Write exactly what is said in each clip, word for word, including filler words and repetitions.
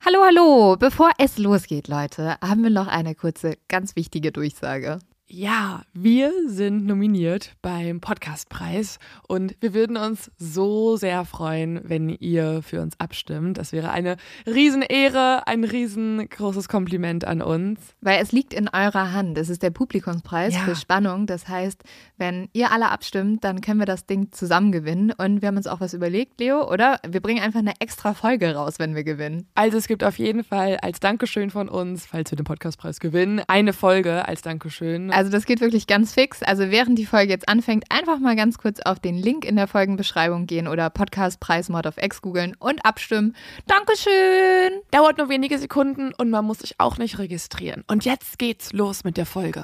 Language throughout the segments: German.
Hallo, hallo! Bevor es losgeht, Leute, haben wir noch eine kurze, ganz wichtige Durchsage. Ja, wir sind nominiert beim Podcastpreis und wir würden uns so sehr freuen, wenn ihr für uns abstimmt. Das wäre eine Riesenehre, ein riesengroßes Kompliment an uns. Weil es liegt in eurer Hand. Es ist der Publikumspreis Ja. für Spannung. Das heißt, wenn ihr alle abstimmt, dann können wir das Ding zusammen gewinnen. Und wir haben uns auch was überlegt, Leo, oder? Wir bringen einfach eine extra Folge raus, wenn wir gewinnen. Also es gibt auf jeden Fall als Dankeschön von uns, falls wir den Podcastpreis gewinnen, eine Folge als Dankeschön. Also das geht wirklich ganz fix. Also während die Folge jetzt anfängt, einfach mal ganz kurz auf den Link in der Folgenbeschreibung gehen oder Podcastpreis Mord of X googeln und abstimmen. Dankeschön! Dauert nur wenige Sekunden und man muss sich auch nicht registrieren. Und jetzt geht's los mit der Folge.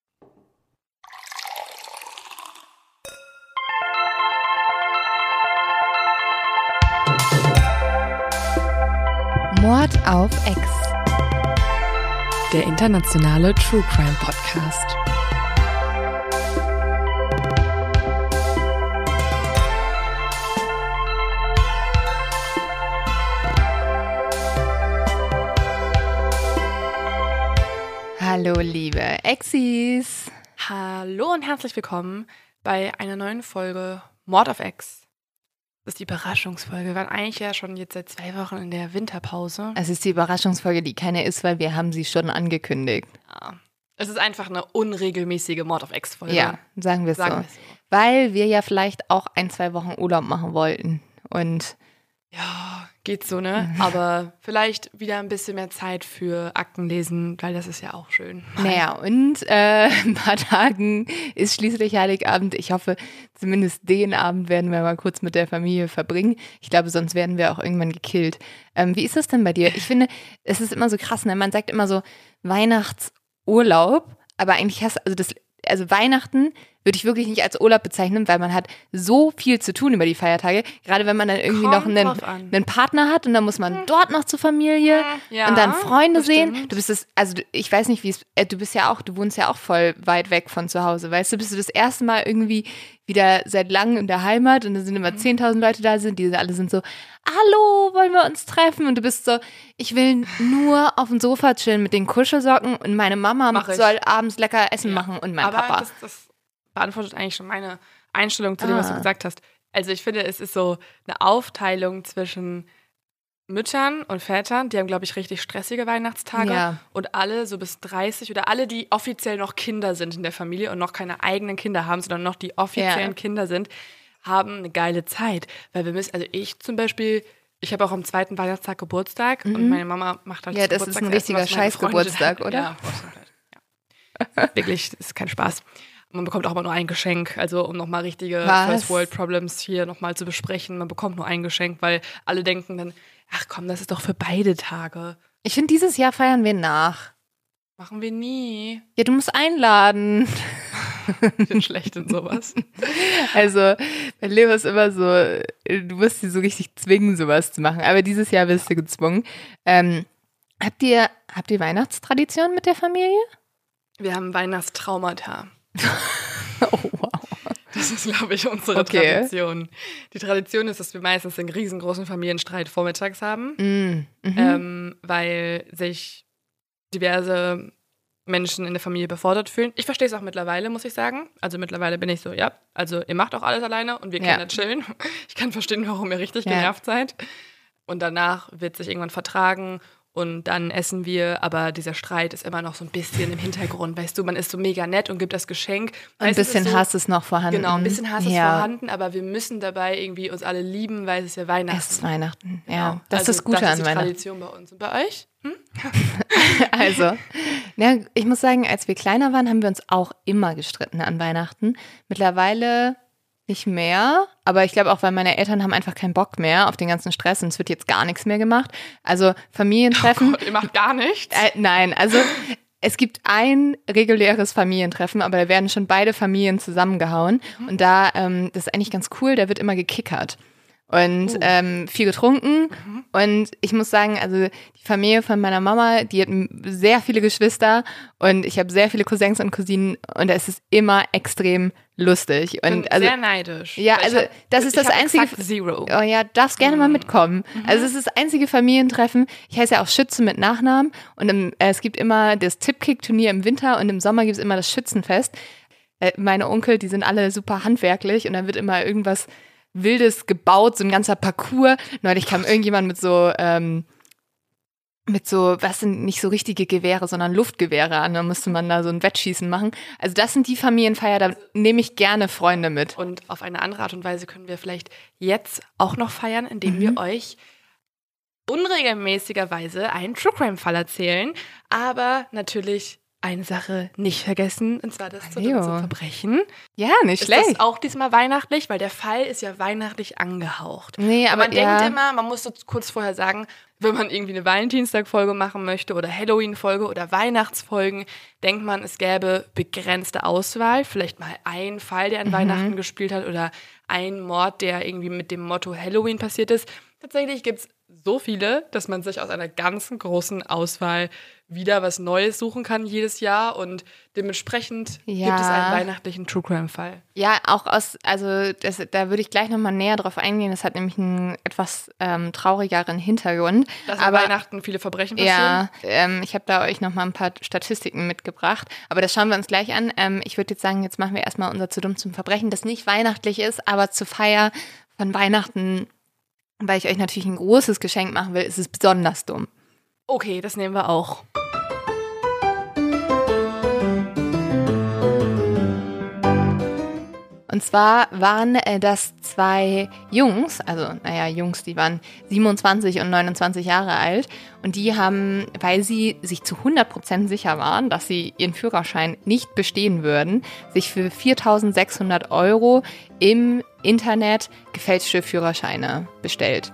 Mord auf X. Der internationale True Crime Podcast. Hallo liebe Exis. Hallo und herzlich willkommen bei einer neuen Folge Mord of X. Das ist die Überraschungsfolge. Wir waren eigentlich ja schon jetzt seit zwei Wochen in der Winterpause. Es ist die Überraschungsfolge, die keine ist, weil wir haben sie schon angekündigt. Ja. Es ist einfach eine unregelmäßige Mord of X-Folge. Ja, sagen wir es so. Sagen wir so. Weil wir ja vielleicht auch ein, zwei Wochen Urlaub machen wollten. Und Ja, geht so, ne? Aber vielleicht wieder ein bisschen mehr Zeit für Aktenlesen, weil das ist ja auch schön. naja, und äh, ein paar Tagen ist schließlich Heiligabend. Ich hoffe, zumindest den Abend werden wir mal kurz mit der Familie verbringen. Ich glaube, sonst werden wir auch irgendwann gekillt. Ähm, wie ist das denn bei dir? Ich finde, es ist immer so krass, ne? Man sagt immer so Weihnachtsurlaub, aber eigentlich hast also das, also Weihnachten würde ich wirklich nicht als Urlaub bezeichnen, weil man hat so viel zu tun über die Feiertage. Gerade wenn man dann irgendwie Kommt noch einen, drauf an. einen Partner hat und dann muss man dort noch zur Familie Ja, und dann Freunde das sehen. stimmt. Du bist das, also du- ich weiß nicht, wie es, äh, du bist ja auch, du wohnst ja auch voll weit weg von zu Hause, weißt du, bist du das erste Mal irgendwie wieder seit langem in der Heimat und da sind Mhm. immer zehntausend Leute da sind, die alle sind so, hallo, wollen wir uns treffen? Und du bist so, ich will nur auf dem Sofa chillen mit den Kuschelsocken und meine Mama Mach ich. soll abends lecker Essen Ja. machen und mein Aber Papa. Das, das beantwortet eigentlich schon meine Einstellung zu dem, was du Ah. gesagt hast. Also ich finde, es ist so eine Aufteilung zwischen Müttern und Vätern, die haben, glaube ich, richtig stressige Weihnachtstage. Ja. Und alle so bis dreißig oder alle, die offiziell noch Kinder sind in der Familie und noch keine eigenen Kinder haben, sondern noch die offiziellen Ja. Kinder sind, haben eine geile Zeit. Weil wir müssen, also ich zum Beispiel, ich habe auch am zweiten Weihnachtstag Geburtstag und meine Mama macht halt Mhm. Ja, das das ist ein Geburtstagsessen, richtiger was meine Freunde- Scheißgeburtstag, oder? Ja, ja. Wirklich, das ist kein Spaß. Man bekommt auch immer nur ein Geschenk, also um nochmal richtige Was? First World Problems hier nochmal zu besprechen. Man bekommt nur ein Geschenk, weil alle denken dann, ach komm, das ist doch für beide Tage. Ich finde, dieses Jahr feiern wir nach. Machen wir nie. Ja, du musst einladen. Ich bin schlecht in sowas. Also, bei Leo ist immer so, du musst sie so richtig zwingen, sowas zu machen. Aber dieses Jahr wirst du gezwungen. Ähm, habt ihr, habt ihr Weihnachtstradition mit der Familie? Wir haben Weihnachtstraumata. Oh, wow. Das ist, glaube ich, unsere Okay. Tradition. Die Tradition ist, dass wir meistens einen riesengroßen Familienstreit vormittags haben, Mm, mhm. ähm, weil sich diverse Menschen in der Familie befordert fühlen. Ich verstehe es auch mittlerweile, muss ich sagen. Also mittlerweile bin ich so, ja, also ihr macht auch alles alleine und wir Ja. können ja chillen. Ich kann verstehen, warum ihr richtig Ja. genervt seid. Und danach wird sich irgendwann vertragen und dann essen wir, aber dieser Streit ist immer noch so ein bisschen im Hintergrund, weißt du, man ist so mega nett und gibt das Geschenk. Ein Weißt du, es bisschen ist so, Hass ist noch vorhanden. Genau, ein bisschen Hass ist ja. vorhanden, aber wir müssen dabei irgendwie uns alle lieben, weil es ist ja Weihnachten. Es ist Weihnachten, ja. Genau. Das also ist das Gute das an ist die Weihnachten. Tradition bei uns. Und bei euch? Also, ja, ich muss sagen, als wir kleiner waren, haben wir uns auch immer gestritten an Weihnachten. Mittlerweile nicht mehr, aber ich glaube auch, weil meine Eltern haben einfach keinen Bock mehr auf den ganzen Stress und es wird jetzt gar nichts mehr gemacht. Also Familientreffen, Oh Gott, ihr macht gar nichts. äh, nein, also es gibt ein reguläres Familientreffen, aber da werden schon beide Familien zusammengehauen und da, ähm, das ist eigentlich ganz cool, da wird immer gekickert. und Uh. ähm, viel getrunken. Mhm. Und ich muss sagen, also die Familie von meiner Mama, die hat m- sehr viele Geschwister und ich habe sehr viele Cousins und Cousinen und es ist immer extrem lustig. Ich bin Und also sehr neidisch. ja, weil ich also hab, das ist ich das hab einzige. exakt Zero. Oh ja, darfst gerne mal mitkommen. Also es ist das einzige Familientreffen. Ich heiße ja auch Schütze mit Nachnamen und im, äh, es gibt immer das Tippkick-Turnier im Winter und im Sommer gibt es immer das Schützenfest. Äh, meine Onkel, die sind alle super handwerklich und dann wird immer irgendwas Wildes gebaut, so ein ganzer Parcours. Neulich kam irgendjemand mit so ähm, mit so, was sind nicht so richtige Gewehre, sondern Luftgewehre an. Da musste man da so ein Wettschießen machen. Also das sind die Familienfeier, da nehme ich gerne Freunde mit. Und auf eine andere Art und Weise können wir vielleicht jetzt auch noch feiern, indem Mhm. wir euch unregelmäßigerweise einen True Crime-Fall erzählen. Aber natürlich eine Sache nicht vergessen, und zwar das Leo. zum Verbrechen. Ja, nicht Ist schlecht. das auch diesmal weihnachtlich? Weil der Fall ist ja weihnachtlich angehaucht. Nee, Aber aber man ja. denkt immer, man muss so kurz vorher sagen, wenn man irgendwie eine Valentinstag-Folge machen möchte oder Halloween-Folge oder Weihnachtsfolgen, denkt man, es gäbe begrenzte Auswahl. Vielleicht mal ein Fall, der an Mhm. Weihnachten gespielt hat oder ein Mord, der irgendwie mit dem Motto Halloween passiert ist. Tatsächlich gibt es so viele, dass man sich aus einer ganzen großen Auswahl wieder was Neues suchen kann jedes Jahr und dementsprechend Ja. gibt es einen weihnachtlichen True-Crime-Fall. Ja, auch aus, also das, da würde ich gleich nochmal näher drauf eingehen. Das hat nämlich einen etwas ähm, traurigeren Hintergrund. Dass an aber Weihnachten viele Verbrechen passieren. ja, ähm, ich habe da euch nochmal ein paar Statistiken mitgebracht. Aber das schauen wir uns gleich an. Ähm, ich würde jetzt sagen, jetzt machen wir erstmal unser zu dumm zum Verbrechen, das nicht weihnachtlich ist, aber zur Feier von Weihnachten, weil ich euch natürlich ein großes Geschenk machen will, ist es besonders dumm. Okay, das nehmen wir auch. Und zwar waren äh, das zwei Jungs, also naja, Jungs, die waren siebenundzwanzig und neunundzwanzig Jahre alt. Und die haben, weil sie sich zu hundert Prozent sicher waren, dass sie ihren Führerschein nicht bestehen würden, sich für viertausendsechshundert Euro im Internet gefälschte Führerscheine bestellt.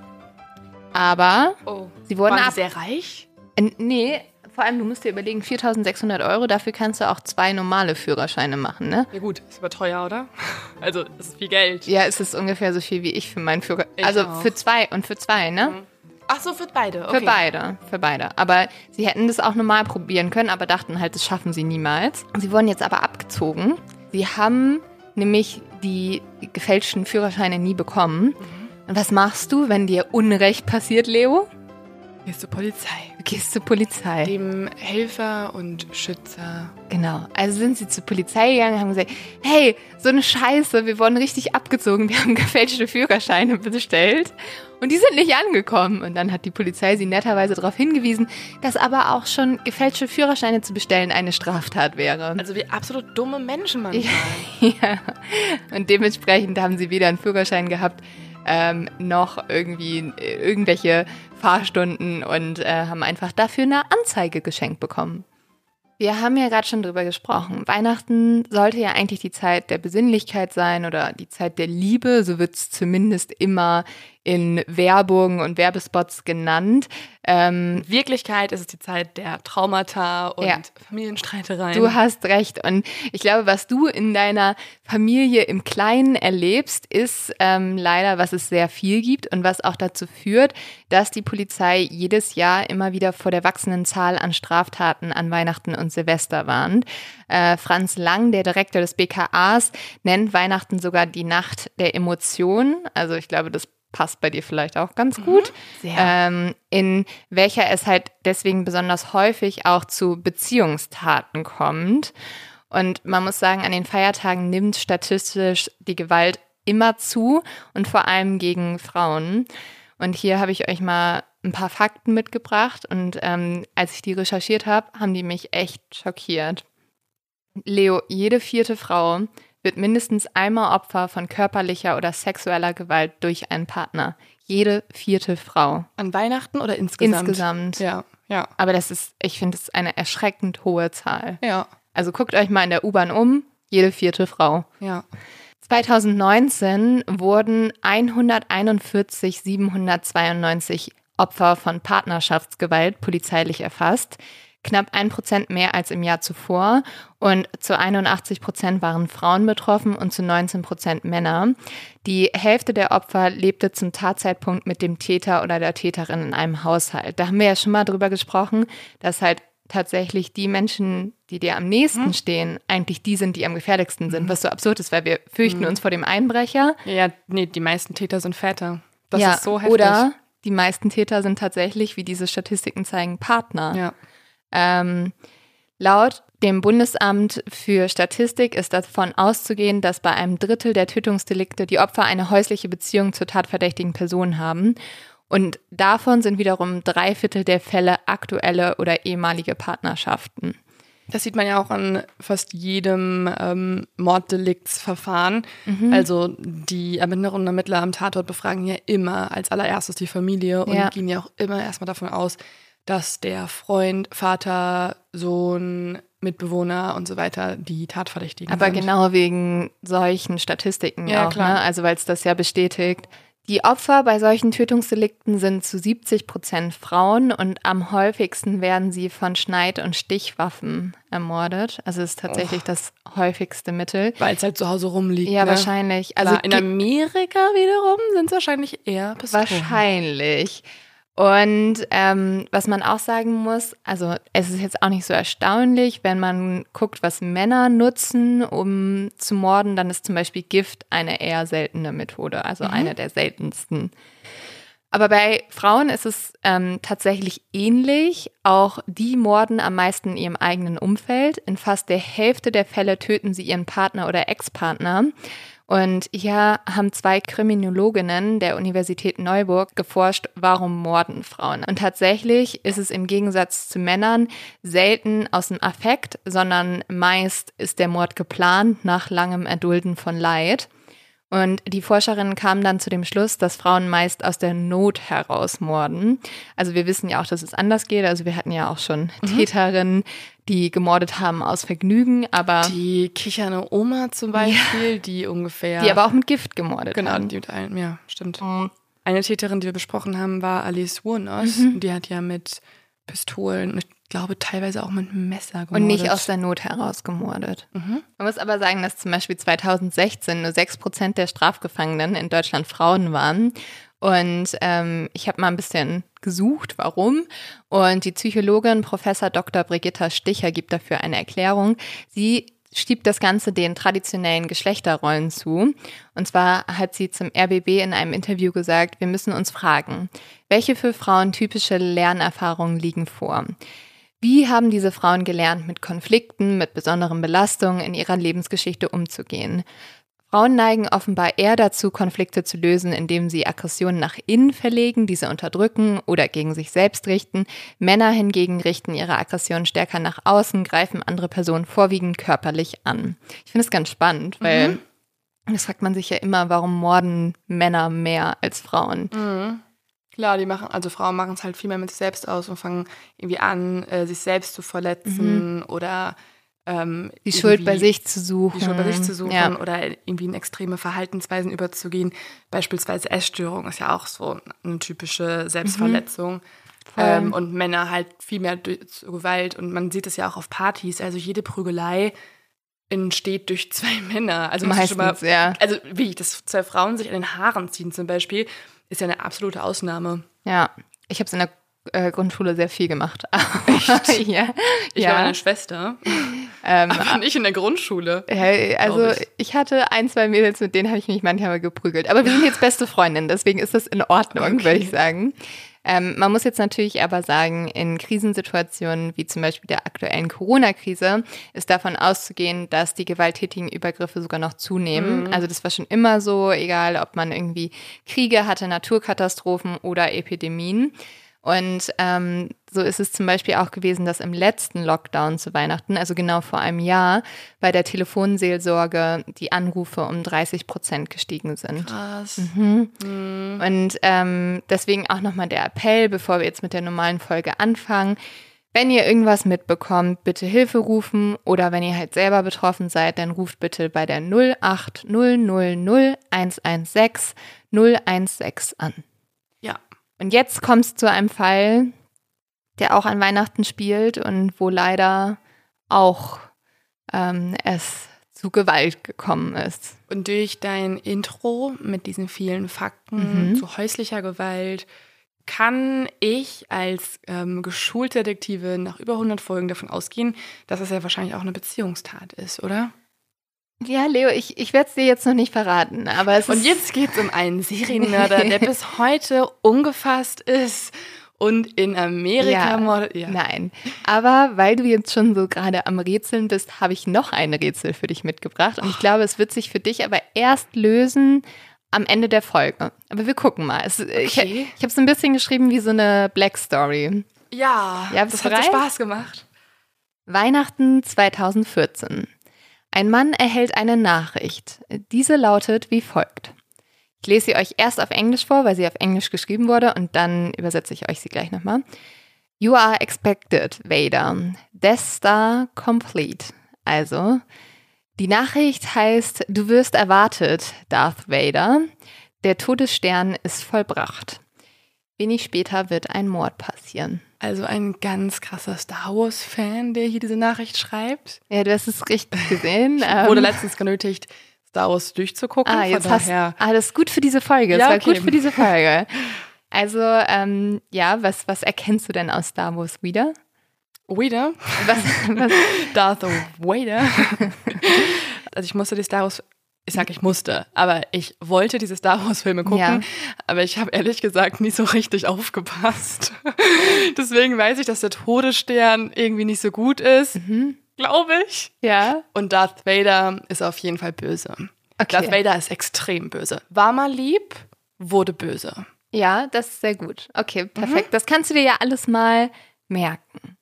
Aber Oh. sie wurden Waren ab... die sehr reich? Äh, nee, vor allem, du musst dir überlegen, viertausendsechshundert Euro, dafür kannst du auch zwei normale Führerscheine machen, ne? Ja gut, ist aber teuer, oder? Also, das ist viel Geld. Ja, es ist ungefähr so viel wie ich für meinen Führerschein. Ich Also auch. für zwei und für zwei, ne? Ach so, für beide, okay. Für beide, für beide. Aber sie hätten das auch normal probieren können, aber dachten halt, das schaffen sie niemals. Sie wurden jetzt aber abgezogen. Sie haben nämlich die gefälschten Führerscheine nie bekommen. Und was machst du, wenn dir Unrecht passiert, Leo? Hier ist die Polizei. Du gehst zur Polizei. Dem Helfer und Schützer. Genau. Also sind sie zur Polizei gegangen und haben gesagt, hey, so eine Scheiße, wir wurden richtig abgezogen, wir haben gefälschte Führerscheine bestellt und die sind nicht angekommen. Und dann hat die Polizei sie netterweise darauf hingewiesen, dass aber auch schon gefälschte Führerscheine zu bestellen eine Straftat wäre. Also wie absolut dumme Menschen manchmal. Ja. Und dementsprechend haben sie weder einen Führerschein gehabt, ähm, noch irgendwie äh, irgendwelche Fahrstunden und äh, haben einfach dafür eine Anzeige geschenkt bekommen. Wir haben ja gerade schon drüber gesprochen. Weihnachten sollte ja eigentlich die Zeit der Besinnlichkeit sein oder die Zeit der Liebe, so wird es zumindest immer in Werbung und Werbespots genannt. Ähm, In Wirklichkeit ist es die Zeit der Traumata und Ja. Familienstreitereien. Du hast recht. Und ich glaube, was du in deiner Familie im Kleinen erlebst, ist ähm, leider, was es sehr viel gibt und was auch dazu führt, dass die Polizei jedes Jahr immer wieder vor der wachsenden Zahl an Straftaten an Weihnachten und Silvester warnt. Äh, Franz Lang, der Direktor des B K As, nennt Weihnachten sogar die Nacht der Emotionen. Also ich glaube, das passt bei dir vielleicht auch ganz gut, sehr. ähm, in welcher es halt deswegen besonders häufig auch zu Beziehungstaten kommt. Und man muss sagen, an den Feiertagen nimmt statistisch die Gewalt immer zu und vor allem gegen Frauen. Und hier habe ich euch mal ein paar Fakten mitgebracht und ähm, als ich die recherchiert habe, haben die mich echt schockiert. Leo, jede vierte Frau wird mindestens einmal Opfer von körperlicher oder sexueller Gewalt durch einen Partner. Jede vierte Frau. An Weihnachten oder insgesamt? Insgesamt. Ja, ja, Aber das ist, ich finde, das ist eine erschreckend hohe Zahl. ja, Also guckt euch mal in der U-Bahn um, jede vierte Frau. ja. zweitausendneunzehn wurden hunderteinundvierzig, siebenhundertzweiundneunzig Opfer von Partnerschaftsgewalt polizeilich erfasst. knapp ein Prozent mehr als im Jahr zuvor und zu einundachtzig Prozent waren Frauen betroffen und zu neunzehn Prozent Männer. Die Hälfte der Opfer lebte zum Tatzeitpunkt mit dem Täter oder der Täterin in einem Haushalt. Da haben wir ja schon mal drüber gesprochen, dass halt tatsächlich die Menschen, die dir am nächsten mhm. stehen, eigentlich die sind, die am gefährlichsten sind, mhm. was so absurd ist, weil wir fürchten mhm. uns vor dem Einbrecher. Ja, nee, die meisten Täter sind Väter. Das ja, ist so heftig. Oder die meisten Täter sind tatsächlich, wie diese Statistiken zeigen, Partner. Ja. Ähm, laut dem Bundesamt für Statistik ist davon auszugehen, dass bei einem Drittel der Tötungsdelikte die Opfer eine häusliche Beziehung zur tatverdächtigen Person haben. Und davon sind wiederum drei Viertel der Fälle aktuelle oder ehemalige Partnerschaften. Das sieht man ja auch an fast jedem ähm, Morddeliktsverfahren. Mhm. Also die Ermittlerinnen und Ermittler am Tatort befragen ja immer als allererstes die Familie und ja. gehen ja auch immer erstmal davon aus, dass der Freund, Vater, Sohn, Mitbewohner und so weiter die Tatverdächtigen Aber sind. Aber genau wegen solchen Statistiken ja, auch, klar. Ne? Also weil es das ja bestätigt. Die Opfer bei solchen Tötungsdelikten sind zu siebzig Prozent Frauen und am häufigsten werden sie von Schneid- und Stichwaffen ermordet. Also es ist tatsächlich oh. das häufigste Mittel. Weil es halt zu Hause rumliegt. Ja, ne? wahrscheinlich. Also Klar, in Amerika wiederum sind es wahrscheinlich eher Pistolen. Wahrscheinlich. Und ähm, was man auch sagen muss, also es ist jetzt auch nicht so erstaunlich, wenn man guckt, was Männer nutzen, um zu morden, dann ist zum Beispiel Gift eine eher seltene Methode, also mhm. eine der seltensten. Aber bei Frauen ist es ähm, tatsächlich ähnlich. Auch die morden am meisten in ihrem eigenen Umfeld. In fast der Hälfte der Fälle töten sie ihren Partner oder Ex-Partner. Und hier haben zwei Kriminologinnen der Universität Neuburg geforscht, warum morden Frauen. Und tatsächlich ist es im Gegensatz zu Männern selten aus dem Affekt, sondern meist ist der Mord geplant nach langem Erdulden von Leid. Und die Forscherinnen kamen dann zu dem Schluss, dass Frauen meist aus der Not heraus morden. Also wir wissen ja auch, dass es anders geht. Also wir hatten ja auch schon mhm. Täterinnen, die gemordet haben aus Vergnügen, aber die kichernde Oma zum Beispiel, ja, die ungefähr... Die aber auch mit Gift gemordet genau, haben. Genau, die mit einem, ja, stimmt. Mhm. Eine Täterin, die wir besprochen haben, war Alice Wuornos. Mhm. Die hat ja mit Pistolen, ich glaube teilweise auch mit einem Messer gemordet. Und nicht aus der Not heraus gemordet. Mhm. Man muss aber sagen, dass zum Beispiel zweitausendsechzehn nur sechs Prozent der Strafgefangenen in Deutschland Frauen waren. Und ähm, ich habe mal ein bisschen gesucht, warum. Und die Psychologin Professor Doktor Brigitta Sticher gibt dafür eine Erklärung. Sie schiebt das Ganze den traditionellen Geschlechterrollen zu. Und zwar hat sie zum R B B in einem Interview gesagt, wir müssen uns fragen, welche für Frauen typische Lernerfahrungen liegen vor? Wie haben diese Frauen gelernt, mit Konflikten, mit besonderen Belastungen in ihrer Lebensgeschichte umzugehen? Frauen neigen offenbar eher dazu, Konflikte zu lösen, indem sie Aggressionen nach innen verlegen, diese unterdrücken oder gegen sich selbst richten. Männer hingegen richten ihre Aggression stärker nach außen, greifen andere Personen vorwiegend körperlich an. Ich finde es ganz spannend, weil mhm. das fragt man sich ja immer, warum morden Männer mehr als Frauen? Mhm. Klar, die machen, also Frauen machen es halt viel mehr mit sich selbst aus und fangen irgendwie an, äh, sich selbst zu verletzen mhm. oder ähm, die Schuld bei sich zu suchen. Die Schuld bei sich zu suchen ja. oder irgendwie in extreme Verhaltensweisen überzugehen. Beispielsweise Essstörung ist ja auch so eine typische Selbstverletzung. Mhm. Ähm, und Männer halt viel mehr durch Gewalt. Und man sieht es ja auch auf Partys. Also jede Prügelei entsteht durch zwei Männer. Also meistens, schon mal, ja. Also wie, dass zwei Frauen sich an den Haaren ziehen zum Beispiel, ist ja eine absolute Ausnahme. Ja, ich habe es in der äh, Grundschule sehr viel gemacht. Echt? ja. Ich ja. war meine Schwester, ähm, aber nicht in der Grundschule. Äh, also ich. ich hatte ein, zwei Mädels, mit denen habe ich mich manchmal geprügelt. Aber wir sind jetzt beste Freundinnen, deswegen ist das in Ordnung, okay. würde ich sagen. Ähm, man muss jetzt natürlich aber sagen, in Krisensituationen wie zum Beispiel der aktuellen Corona-Krise ist davon auszugehen, dass die gewalttätigen Übergriffe sogar noch zunehmen. Mhm. Also das war schon immer so, egal ob man irgendwie Kriege hatte, Naturkatastrophen oder Epidemien. Und ähm, so ist es zum Beispiel auch gewesen, dass im letzten Lockdown zu Weihnachten, also genau vor einem Jahr, bei der Telefonseelsorge die Anrufe um dreißig Prozent gestiegen sind. Krass. Mhm. Mhm. Und ähm, deswegen auch nochmal der Appell, bevor wir jetzt mit der normalen Folge anfangen, wenn ihr irgendwas mitbekommt, bitte Hilfe rufen oder wenn ihr halt selber betroffen seid, dann ruft bitte bei der null acht null null null eins eins sechs null eins sechs an. Ja. Und jetzt kommt es zu einem Fall, der auch an Weihnachten spielt und wo leider auch ähm, es zu Gewalt gekommen ist. Und durch dein Intro mit diesen vielen Fakten Mhm. zu häuslicher Gewalt kann ich als ähm, geschulte Detektive nach über hundert Folgen davon ausgehen, dass es ja wahrscheinlich auch eine Beziehungstat ist, oder? Ja, Leo, ich, ich werde es dir jetzt noch nicht verraten, aber es Und ist... jetzt geht es um einen Serienmörder, der bis heute ungefasst ist und in Amerika Ja, mordet. Ja. Nein, aber weil du jetzt schon so gerade am Rätseln bist, habe ich noch ein Rätsel für dich mitgebracht. Und ich glaube, es wird sich für dich aber erst lösen am Ende der Folge. Aber wir gucken mal. Es, Okay. Ich, ich habe es ein bisschen geschrieben wie so eine Black Story. Ja, Ja, das bist du hat so bereit? Spaß gemacht. Weihnachten zweitausendvierzehn. Ein Mann erhält eine Nachricht. Diese lautet wie folgt. Ich lese sie euch erst auf Englisch vor, weil sie auf Englisch geschrieben wurde, und dann übersetze ich euch sie gleich nochmal. You are expected, Vader. Death Star complete. Also, die Nachricht heißt, du wirst erwartet, Darth Vader. Der Todesstern ist vollbracht. Wenig später wird ein Mord passieren. Also ein ganz krasser Star Wars-Fan, der hier diese Nachricht schreibt. Ja, du hast es richtig gesehen. Wurde Ähm, letztens genötigt, Star Wars durchzugucken. Ah, von jetzt hast daher. ah, das ist gut für diese Folge. Das Ja, war okay. gut für diese Folge. Also, ähm, ja, was, was erkennst du denn aus Star Wars wieder? Vader? Was, was, Darth Vader? Also ich musste die Star Wars, ich sag ich musste, aber ich wollte diese Star Wars Filme gucken, Ja. aber ich habe ehrlich gesagt nie so richtig aufgepasst. Deswegen weiß ich, dass der Todesstern irgendwie nicht so gut ist, mhm. glaube ich. Ja, Und Darth Vader ist auf jeden Fall böse. okay. Darth Vader ist extrem böse. War mal lieb, wurde böse. Ja, das ist sehr gut. Okay, perfekt. Das kannst du dir ja alles mal merken.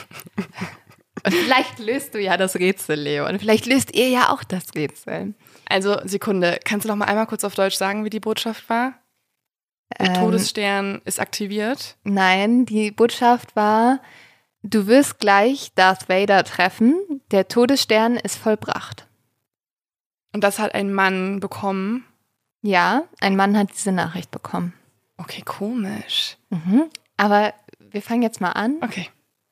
Und vielleicht löst du ja das Rätsel, Leo. Und vielleicht löst ihr ja auch das Rätsel. Also, Sekunde, kannst du noch mal einmal kurz auf Deutsch sagen, wie die Botschaft war? Der Ähm, Todesstern ist aktiviert. Nein, die Botschaft war, du wirst gleich Darth Vader treffen. Der Todesstern ist vollbracht. Und das hat ein Mann bekommen. Ja, ein Mann hat diese Nachricht bekommen. Okay, komisch. Mhm. Aber wir fangen jetzt mal an. Okay.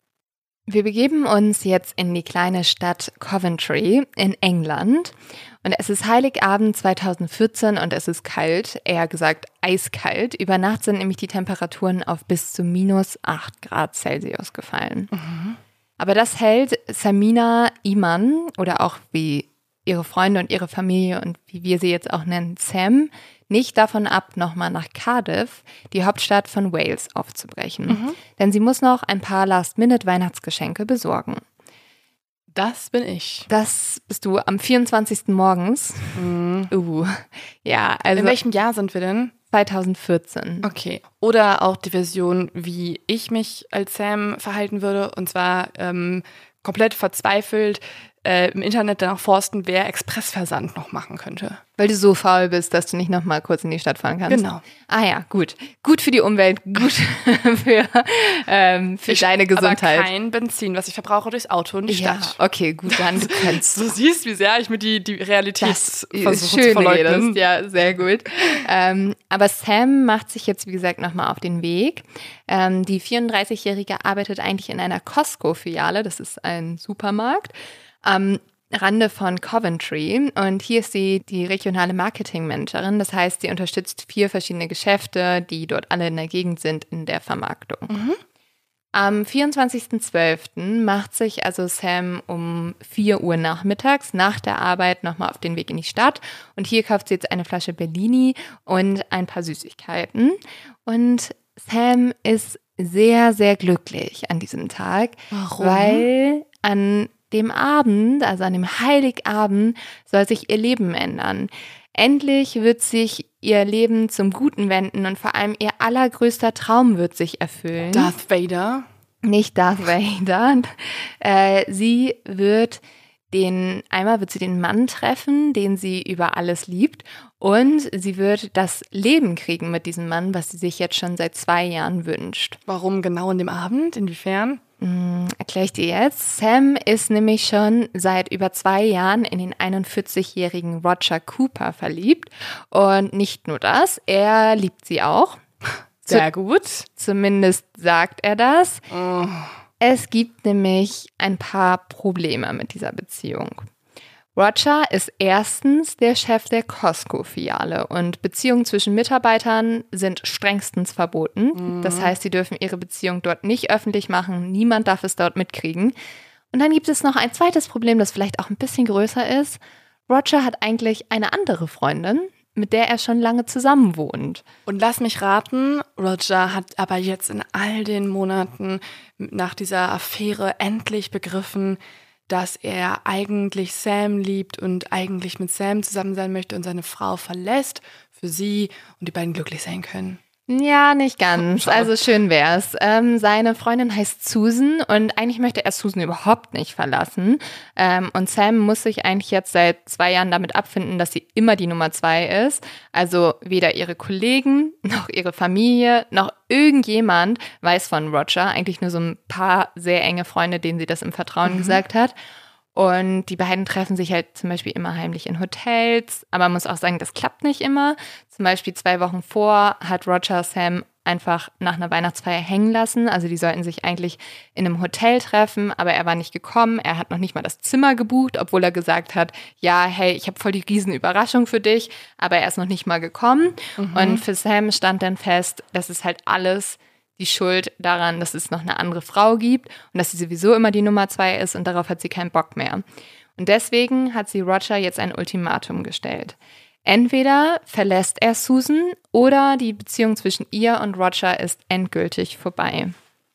Wir begeben uns jetzt in die kleine Stadt Coventry in England. Und es ist Heiligabend zweitausendvierzehn und es ist kalt, eher gesagt eiskalt. Über Nacht sind nämlich die Temperaturen auf bis zu minus acht Grad Celsius gefallen. Mhm. Aber das hält Samina Iman oder auch wie ihre Freunde und ihre Familie und wie wir sie jetzt auch nennen, Sam, nicht davon ab, nochmal nach Cardiff, die Hauptstadt von Wales, aufzubrechen. Mhm. Denn sie muss noch ein paar Last-Minute-Weihnachtsgeschenke besorgen. Das bin ich. Das bist du am vierundzwanzigsten morgens. Mhm. Uh, ja, also In welchem Jahr sind wir denn? zweitausendvierzehn. Okay. Oder auch die Version, wie ich mich als Sam verhalten würde. Und zwar ähm, komplett verzweifelt äh, im Internet danach forsten, wer Expressversand noch machen könnte. Weil du so faul bist, dass du nicht nochmal kurz in die Stadt fahren kannst. Genau. Ah ja, gut. Gut für die Umwelt, gut für, ähm, für Ich- deine Gesundheit. Aber kein Benzin, was ich verbrauche durchs Auto in die Ja, Stadt. okay, gut, dann du kannst Du siehst, wie sehr ich mir die, die Realität das versuche ist zu schön verleugnen. redest. Ja, sehr gut. ähm, aber Sam macht sich jetzt, wie gesagt, nochmal auf den Weg. Ähm, die vierunddreißigjährige arbeitet eigentlich in einer Costco-Filiale, das ist ein Supermarkt, am Rande von Coventry. Und hier ist sie die regionale Marketingmanagerin. Das heißt, sie unterstützt vier verschiedene Geschäfte, die dort alle in der Gegend sind, in der Vermarktung. Mhm. Am vierundzwanzigsten zwölften macht sich also Sam um vier Uhr nachmittags nach der Arbeit nochmal auf den Weg in die Stadt. Und hier kauft sie jetzt eine Flasche Bellini und ein paar Süßigkeiten. Und Sam ist sehr, sehr glücklich an diesem Tag, Warum? weil an dem Abend, also an dem Heiligabend, soll sich ihr Leben ändern. Endlich wird sich ihr Leben zum Guten wenden und vor allem ihr allergrößter Traum wird sich erfüllen. Darth Vader. Nicht Darth Vader. Äh, sie wird den, einmal wird sie den Mann treffen, den sie über alles liebt, und sie wird das Leben kriegen mit diesem Mann, was sie sich jetzt schon seit zwei Jahren wünscht. Warum genau in dem Abend? Inwiefern? Hm, erkläre ich dir jetzt. Sam ist nämlich schon seit über zwei Jahren in den einundvierzigjährigen Roger Cooper verliebt. Und nicht nur das, er liebt sie auch. Sehr gut. Zumindest sagt er das. Oh. Es gibt nämlich ein paar Probleme mit dieser Beziehung. Roger ist erstens der Chef der Costco-Filiale und Beziehungen zwischen Mitarbeitern sind strengstens verboten. Mhm. Das heißt, sie dürfen ihre Beziehung dort nicht öffentlich machen, niemand darf es dort mitkriegen. Und dann gibt es noch ein zweites Problem, das vielleicht auch ein bisschen größer ist. Roger hat eigentlich eine andere Freundin, mit der er schon lange zusammen wohnt. Und lass mich raten, Roger hat aber jetzt in all den Monaten nach dieser Affäre endlich begriffen, dass er eigentlich Sam liebt und eigentlich mit Sam zusammen sein möchte und seine Frau verlässt für sie und die beiden glücklich sein können. Ja, nicht ganz. Also schön wär's. Ähm, seine Freundin heißt Susan und eigentlich möchte er Susan überhaupt nicht verlassen. Ähm, und Sam muss sich eigentlich jetzt seit zwei Jahren damit abfinden, dass sie immer die Nummer zwei ist. Also weder ihre Kollegen, noch ihre Familie, noch irgendjemand weiß von Roger. Eigentlich nur so ein paar sehr enge Freunde, denen sie das im Vertrauen mhm. gesagt hat. Und die beiden treffen sich halt zum Beispiel immer heimlich in Hotels. Aber man muss auch sagen, das klappt nicht immer. Zum Beispiel zwei Wochen vor hat Roger Sam einfach nach einer Weihnachtsfeier hängen lassen. Also die sollten sich eigentlich in einem Hotel treffen, aber er war nicht gekommen. Er hat noch nicht mal das Zimmer gebucht, obwohl er gesagt hat, ja, hey, ich habe voll die Riesenüberraschung für dich. Aber er ist noch nicht mal gekommen. Mhm. Und für Sam stand dann fest, das ist halt alles die Schuld daran, dass es noch eine andere Frau gibt und dass sie sowieso immer die Nummer zwei ist und darauf hat sie keinen Bock mehr. Und deswegen hat sie Roger jetzt ein Ultimatum gestellt. Entweder verlässt er Susan oder die Beziehung zwischen ihr und Roger ist endgültig vorbei.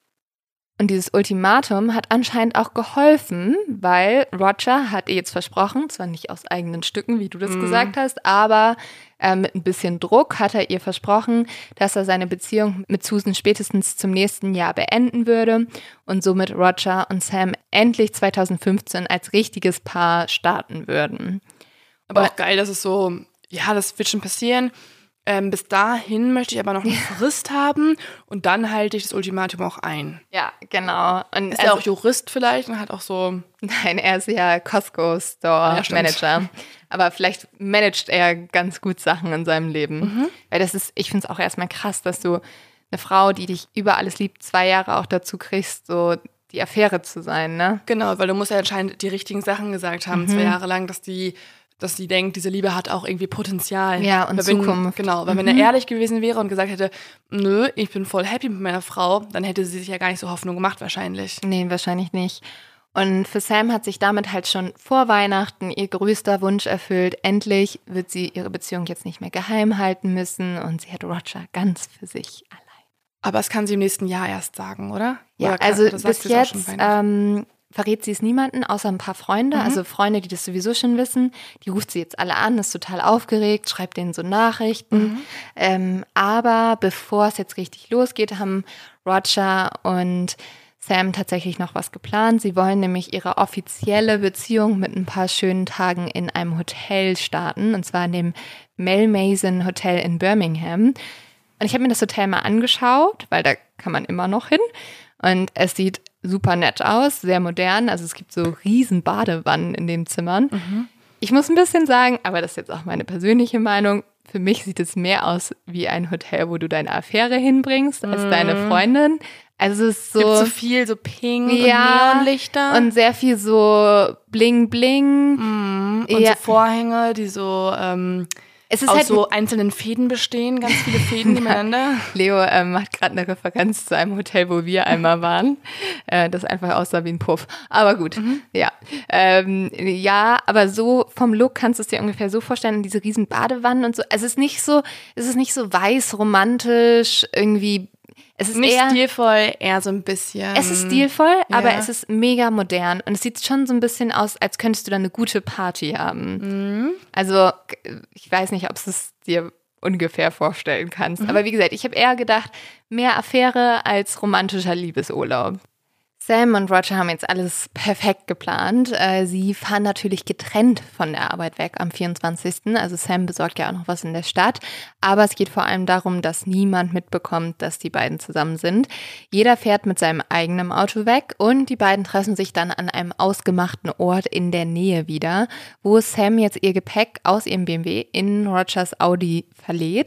Und dieses Ultimatum hat anscheinend auch geholfen, weil Roger hat ihr jetzt versprochen, zwar nicht aus eigenen Stücken, wie du das mm. gesagt hast, aber äh, mit ein bisschen Druck hat er ihr versprochen, dass er seine Beziehung mit Susan spätestens zum nächsten Jahr beenden würde und somit Roger und Sam endlich zwanzig fünfzehn als richtiges Paar starten würden. Aber auch geil, dass es so, ja, das wird schon passieren. Ähm, bis dahin möchte ich aber noch eine Frist haben und dann halte ich das Ultimatum auch ein. Ja, genau. Und ist er also, auch Jurist vielleicht und hat auch so... Nein, er ist ja Costco-Store-Manager. Ja, aber vielleicht managt er ganz gut Sachen in seinem Leben. Mhm. Weil das ist, ich finde es auch erstmal krass, dass du eine Frau, die dich über alles liebt, zwei Jahre auch dazu kriegst, so die Affäre zu sein, ne? Genau, weil du musst ja anscheinend die richtigen Sachen gesagt haben, mhm. zwei Jahre lang, dass die... dass sie denkt, diese Liebe hat auch irgendwie Potenzial. Ja, und weil Zukunft. Wenn, genau, weil mhm. wenn er ehrlich gewesen wäre und gesagt hätte, nö, ich bin voll happy mit meiner Frau, dann hätte sie sich ja gar nicht so Hoffnung gemacht wahrscheinlich. Nee, wahrscheinlich nicht. Und für Sam hat sich damit halt schon vor Weihnachten ihr größter Wunsch erfüllt. Endlich wird sie ihre Beziehung jetzt nicht mehr geheim halten müssen und sie hat Roger ganz für sich allein. Aber das kann sie im nächsten Jahr erst sagen, oder? Ja, oder kann, also oder bis jetzt ähm, verrät sie es niemanden, außer ein paar Freunde, mhm. also Freunde, die das sowieso schon wissen. Die ruft sie jetzt alle an, ist total aufgeregt, schreibt denen so Nachrichten. Mhm. Ähm, aber bevor es jetzt richtig losgeht, haben Roger und Sam tatsächlich noch was geplant. Sie wollen nämlich ihre offizielle Beziehung mit ein paar schönen Tagen in einem Hotel starten, und zwar in dem Mel Mason Hotel in Birmingham. Und ich habe mir das Hotel mal angeschaut, weil da kann man immer noch hin. Und es sieht super nett aus, sehr modern. Also es gibt so riesen Badewannen in den Zimmern. Mhm. Ich muss ein bisschen sagen, aber das ist jetzt auch meine persönliche Meinung, für mich sieht es mehr aus wie ein Hotel, wo du deine Affäre hinbringst, als mhm. deine Freundin. Also es ist so, gibt so viel, so Pink ja, und Neonlichter. Und sehr viel so Bling Bling. Mhm. Und ja. so Vorhänge, die so ähm, es ist aus halt so einzelnen Fäden bestehen, ganz viele Fäden nebeneinander. Leo ähm, macht gerade eine Referenz zu einem Hotel, wo wir einmal waren, äh, das einfach aussah wie ein Puff. Aber gut, mhm. ja. Ähm, ja, aber so vom Look kannst du es dir ungefähr so vorstellen, diese riesen Badewannen und so. Also es ist nicht so, es ist nicht so weiß, romantisch, irgendwie. Es ist nicht eher, stilvoll, eher so ein bisschen. Es ist stilvoll, ja. aber es ist mega modern. Und es sieht schon so ein bisschen aus, als könntest du da eine gute Party haben. Mhm. Also, ich weiß nicht, ob du es dir ungefähr vorstellen kannst. Mhm. Aber wie gesagt, ich habe eher gedacht, mehr Affäre als romantischer Liebesurlaub. Sam und Roger haben jetzt alles perfekt geplant. Sie fahren natürlich getrennt von der Arbeit weg am vierundzwanzigsten Also Sam besorgt ja auch noch was in der Stadt. Aber es geht vor allem darum, dass niemand mitbekommt, dass die beiden zusammen sind. Jeder fährt mit seinem eigenen Auto weg und die beiden treffen sich dann an einem ausgemachten Ort in der Nähe wieder, wo Sam jetzt ihr Gepäck aus ihrem B M W in Rogers Audi verlädt.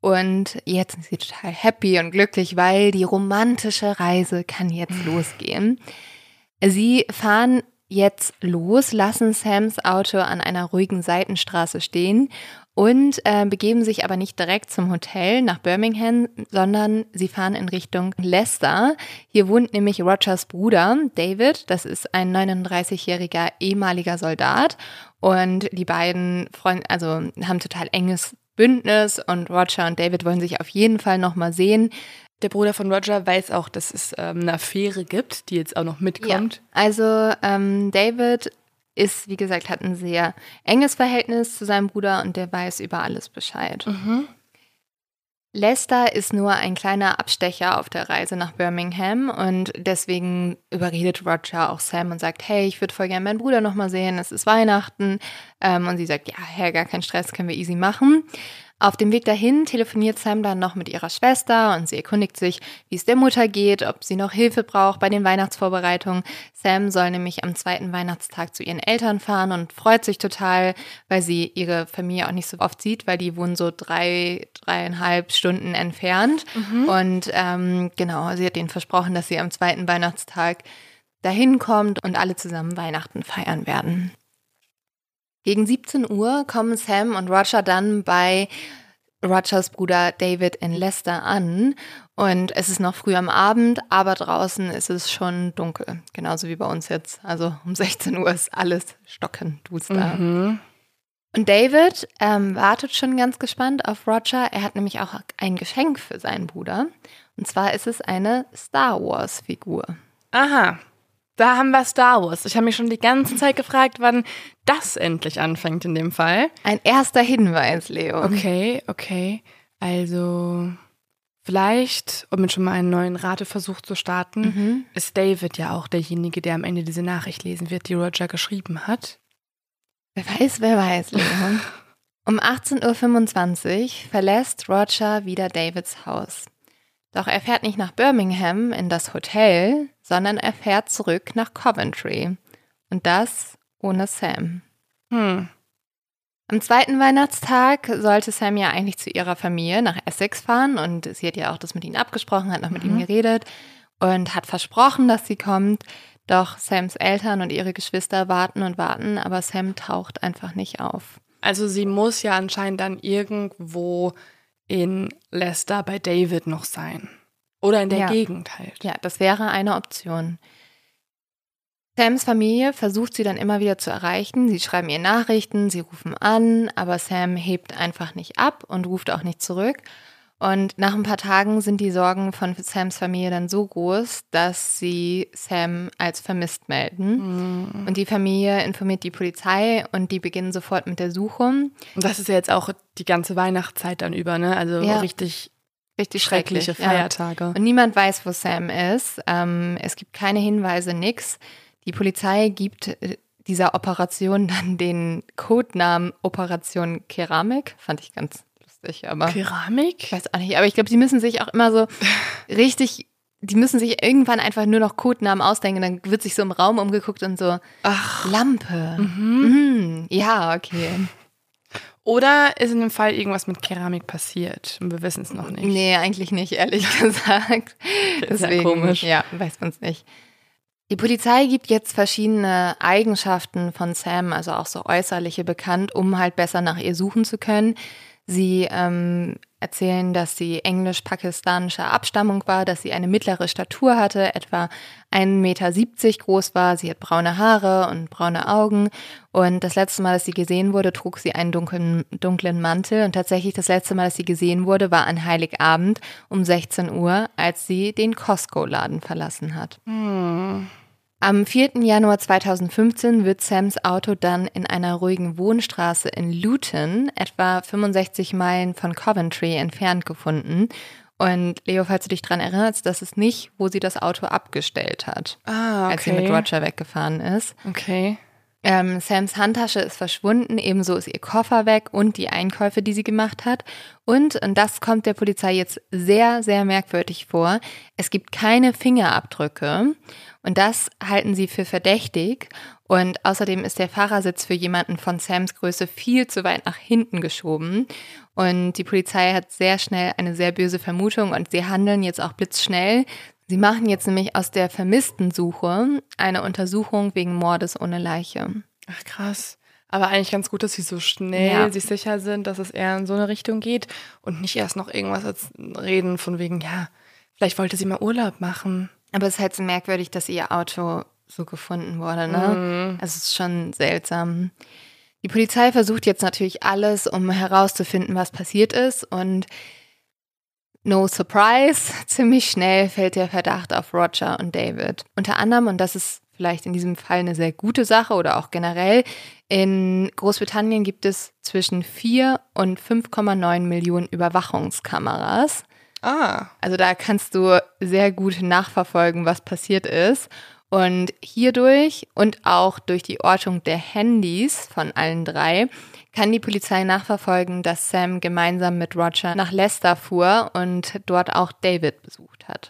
Und jetzt sind sie total happy und glücklich, weil die romantische Reise kann jetzt losgehen. Sie fahren jetzt los, lassen Sams Auto an einer ruhigen Seitenstraße stehen und äh, begeben sich aber nicht direkt zum Hotel nach Birmingham, sondern sie fahren in Richtung Leicester. Hier wohnt nämlich Rogers Bruder David, das ist ein neununddreißigjähriger ehemaliger Soldat und die beiden Freunde, also haben total enges Bündnis und Roger und David wollen sich auf jeden Fall nochmal sehen. Der Bruder von Roger weiß auch, dass es ähm, eine Affäre gibt, die jetzt auch noch mitkommt. Ja. Also ähm, David ist, wie gesagt, hat ein sehr enges Verhältnis zu seinem Bruder und der weiß über alles Bescheid. Mhm. Leicester ist nur ein kleiner Abstecher auf der Reise nach Birmingham und deswegen überredet Roger auch Sam und sagt, hey, ich würde voll gerne meinen Bruder nochmal sehen, es ist Weihnachten. Ähm, und sie sagt, ja, hey, gar kein Stress, können wir easy machen. Auf dem Weg dahin telefoniert Sam dann noch mit ihrer Schwester und sie erkundigt sich, wie es der Mutter geht, ob sie noch Hilfe braucht bei den Weihnachtsvorbereitungen. Sam soll nämlich am zweiten Weihnachtstag zu ihren Eltern fahren und freut sich total, weil sie ihre Familie auch nicht so oft sieht, weil die wohnen so drei, dreieinhalb Stunden entfernt. Mhm. Und ähm, genau, sie hat ihnen versprochen, dass sie am zweiten Weihnachtstag dahin kommt und alle zusammen Weihnachten feiern werden. Gegen siebzehn Uhr kommen Sam und Roger dann bei Rogers Bruder David in Leicester an und es ist noch früh am Abend, aber draußen ist es schon dunkel, genauso wie bei uns jetzt. Also um sechzehn Uhr ist alles stockenduster. Mhm. Und David ähm, wartet schon ganz gespannt auf Roger. Er hat nämlich auch ein Geschenk für seinen Bruder und zwar ist es eine Star Wars Figur. Aha. Da haben wir Star Wars. Ich habe mich schon die ganze Zeit gefragt, wann das endlich anfängt in dem Fall. Ein erster Hinweis, Leo. Okay, okay. Also vielleicht, um jetzt schon mal einen neuen Rateversuch zu starten, mhm. ist David ja auch derjenige, der am Ende diese Nachricht lesen wird, die Roger geschrieben hat. Wer weiß, wer weiß, Leo. Um achtzehn Uhr fünfundzwanzig verlässt Roger wieder Davids Haus. Doch er fährt nicht nach Birmingham in das Hotel, sondern er fährt zurück nach Coventry. Und das ohne Sam. Hm. Am zweiten Weihnachtstag sollte Sam ja eigentlich zu ihrer Familie nach Essex fahren und sie hat ja auch das mit ihnen abgesprochen, hat noch mit mhm. ihm geredet und hat versprochen, dass sie kommt. Doch Sams Eltern und ihre Geschwister warten und warten, aber Sam taucht einfach nicht auf. Also sie muss ja anscheinend dann irgendwo in Leicester bei David noch sein. Oder in der ja. Gegend halt. Ja, das wäre eine Option. Sams Familie versucht sie dann immer wieder zu erreichen. Sie schreiben ihr Nachrichten, sie rufen an, aber Sam hebt einfach nicht ab und ruft auch nicht zurück. Und nach ein paar Tagen sind die Sorgen von Sams Familie dann so groß, dass sie Sam als vermisst melden. Mhm. Und die Familie informiert die Polizei und die beginnen sofort mit der Suche. Und das ist ja jetzt auch die ganze Weihnachtszeit dann über, ne? Also ja. richtig, richtig schreckliche Feiertage. Ja. Und niemand weiß, wo Sam ist. Ähm, es gibt keine Hinweise, nix. Die Polizei gibt dieser Operation dann den Codenamen Operation Keramik. Fand ich ganz lustig. Aber Keramik? Ich weiß auch nicht, aber ich glaube, die müssen sich auch immer so richtig, die müssen sich irgendwann einfach nur noch Codenamen ausdenken. Dann wird sich so im Raum umgeguckt und so, ach, Lampe. Mhm. Mhm. Ja, okay. Oder ist in dem Fall irgendwas mit Keramik passiert und wir wissen es noch nicht? Nee, eigentlich nicht, ehrlich gesagt. Das ist ja komisch. Ja, weiß man es nicht. Die Polizei gibt jetzt verschiedene Eigenschaften von Sam, also auch so äußerliche, bekannt, um halt besser nach ihr suchen zu können. Sie ähm, erzählen, dass sie englisch-pakistanischer Abstammung war, dass sie eine mittlere Statur hatte, etwa ein Meter siebzig groß war. Sie hat braune Haare und braune Augen. Und das letzte Mal, dass sie gesehen wurde, trug sie einen dunklen, dunklen Mantel. Und tatsächlich das letzte Mal, dass sie gesehen wurde, war an Heiligabend um sechzehn Uhr, als sie den Costco-Laden verlassen hat. Hm. Am vierten Januar zweitausendfünfzehn wird Sams Auto dann in einer ruhigen Wohnstraße in Luton, etwa fünfundsechzig Meilen von Coventry entfernt, gefunden. Und Leo, falls du dich daran erinnerst, das ist nicht, wo sie das Auto abgestellt hat, ah, okay. als sie mit Roger weggefahren ist. Okay. Ähm, Sams Handtasche ist verschwunden, ebenso ist ihr Koffer weg und die Einkäufe, die sie gemacht hat. Und, und das kommt der Polizei jetzt sehr, sehr merkwürdig vor, es gibt keine Fingerabdrücke und das halten sie für verdächtig. Und außerdem ist der Fahrersitz für jemanden von Sams Größe viel zu weit nach hinten geschoben. Und die Polizei hat sehr schnell eine sehr böse Vermutung und sie handeln jetzt auch blitzschnell. Sie machen jetzt nämlich aus der Vermisstensuche eine Untersuchung wegen Mordes ohne Leiche. Ach krass. Aber eigentlich ganz gut, dass sie so schnell Ja. sich sicher sind, dass es eher in so eine Richtung geht und nicht erst noch irgendwas als reden von wegen, ja, vielleicht wollte sie mal Urlaub machen. Aber es ist halt so merkwürdig, dass ihr Auto so gefunden wurde, ne? Mhm. Also es ist schon seltsam. Die Polizei versucht jetzt natürlich alles, um herauszufinden, was passiert ist und no surprise, ziemlich schnell fällt der Verdacht auf Roger und David. Unter anderem, und das ist vielleicht in diesem Fall eine sehr gute Sache oder auch generell, in Großbritannien gibt es zwischen vier und fünf Komma neun Millionen Überwachungskameras. Ah. Also da kannst du sehr gut nachverfolgen, was passiert ist. Und hierdurch und auch durch die Ortung der Handys von allen drei kann die Polizei nachverfolgen, dass Sam gemeinsam mit Roger nach Leicester fuhr und dort auch David besucht hat.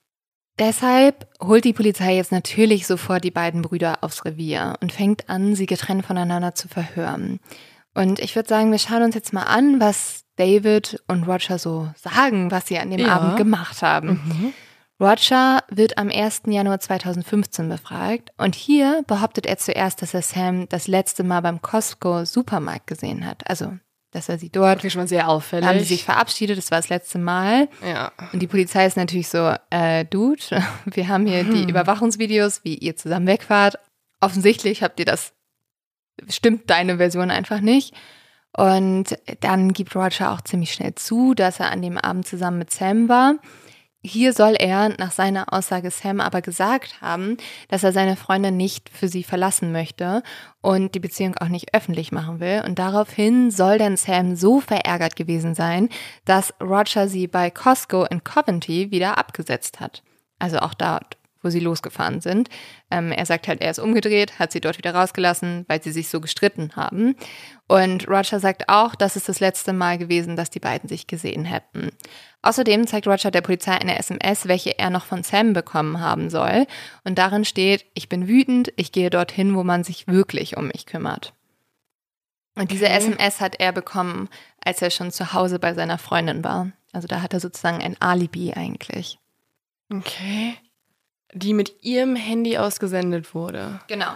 Deshalb holt die Polizei jetzt natürlich sofort die beiden Brüder aufs Revier und fängt an, sie getrennt voneinander zu verhören. Und ich würde sagen, wir schauen uns jetzt mal an, was David und Roger so sagen, was sie an dem Ja. Abend gemacht haben. Mhm. Roger wird am ersten Januar zweitausendfünfzehn befragt und hier behauptet er zuerst, dass er Sam das letzte Mal beim Costco-Supermarkt gesehen hat. Also, dass er sie dort, Okay, schon mal sehr auffällig. haben sie sich verabschiedet, das war das letzte Mal. Ja. Und die Polizei ist natürlich so, äh, Dude, wir haben hier die Überwachungsvideos, wie ihr zusammen wegfahrt. Offensichtlich habt ihr das, stimmt deine Version einfach nicht. Und dann gibt Roger auch ziemlich schnell zu, dass er an dem Abend zusammen mit Sam war. Hier soll er nach seiner Aussage Sam aber gesagt haben, dass er seine Freundin nicht für sie verlassen möchte und die Beziehung auch nicht öffentlich machen will. Und daraufhin soll dann Sam so verärgert gewesen sein, dass Roger sie bei Costco in Coventry wieder abgesetzt hat. Also auch dort, wo sie losgefahren sind. Ähm, er sagt halt, er ist umgedreht, hat sie dort wieder rausgelassen, weil sie sich so gestritten haben. Und Roger sagt auch, das ist das letzte Mal gewesen, dass die beiden sich gesehen hätten. Außerdem zeigt Roger der Polizei eine S M S, welche er noch von Sam bekommen haben soll. Und darin steht, ich bin wütend, ich gehe dorthin, wo man sich wirklich um mich kümmert. Und diese Okay. S M S hat er bekommen, als er schon zu Hause bei seiner Freundin war. Also da hat er sozusagen ein Alibi eigentlich. Okay. Die mit ihrem Handy ausgesendet wurde. Genau.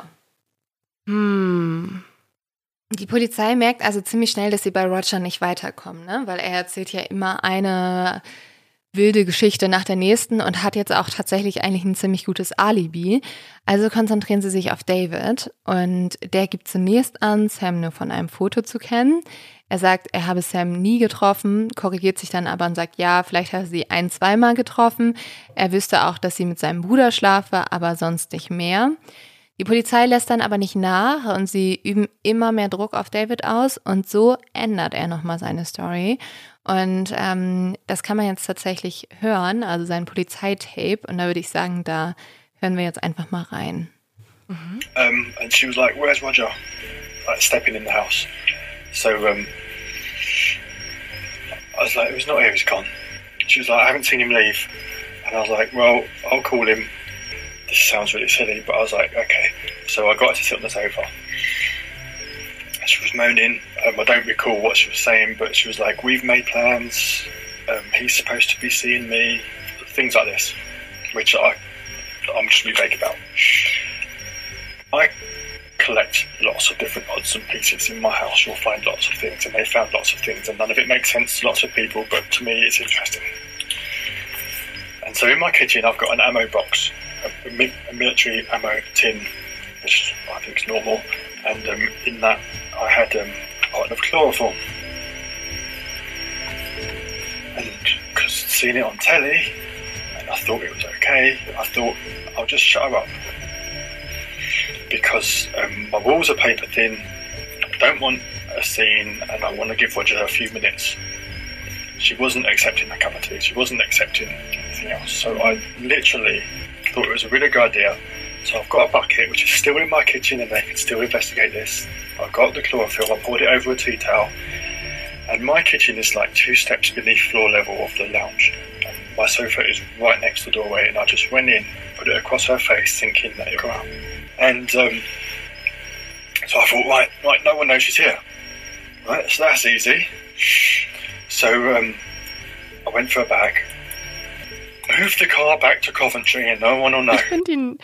Hm. Die Polizei merkt also ziemlich schnell, dass sie bei Roger nicht weiterkommen, ne? Weil er erzählt ja immer eine wilde Geschichte nach der nächsten und hat jetzt auch tatsächlich eigentlich ein ziemlich gutes Alibi. Also konzentrieren sie sich auf David und der gibt zunächst an, Sam nur von einem Foto zu kennen. Er sagt, er habe Sam nie getroffen, korrigiert sich dann aber und sagt, ja, vielleicht hat er sie ein-, zweimal getroffen. Er wüsste auch, dass sie mit seinem Bruder schlafe, aber sonst nicht mehr. Die Polizei lässt dann aber nicht nach und sie üben immer mehr Druck auf David aus und so ändert er nochmal seine Story. Und ähm, das kann man jetzt tatsächlich hören, also sein Polizeitape. Und da würde ich sagen, da hören wir jetzt einfach mal rein. Um, and she was like, "Where's Roger?" Like stepping in the house. So um, I was like, "He's not here. He's gone." She was like, "I haven't seen him leave," and I was like, "Well, I'll call him." This sounds really silly, but I was like, "Okay." So I got her to sit on the sofa. She was moaning. Um, I don't recall what she was saying, but she was like, "We've made plans. Um, he's supposed to be seeing me." Things like this, which I, I'm just really vague about. I collect lots of different odds and pieces in my house. You'll find lots of things, and they found lots of things, and none of it makes sense to lots of people, but to me it's interesting. And so in my kitchen I've got an ammo box, a, a, mi- a military ammo tin, which I think is normal, and um, in that I had um, a bottle of chloroform. And because seeing it on telly, and I thought it was okay, I thought I'll just shut her up. Because um, my walls are paper thin, I don't want a scene, and I want to give Roger a few minutes. She wasn't accepting my cup of tea, she wasn't accepting anything else. So I literally thought it was a really good idea So I've got a bucket which is still in my kitchen and they can still investigate this. I've got the chlorophyll, I poured it over a tea towel. And my kitchen is like two steps beneath floor level of the lounge. And my sofa is right next to the doorway and I just went in, put it across her face thinking that it'll go out. And um, so I thought, right, right, no one knows she's here. Right, so that's easy. So um, I went for a bag, moved the car back to Coventry and no one will know. Ich finde ihn,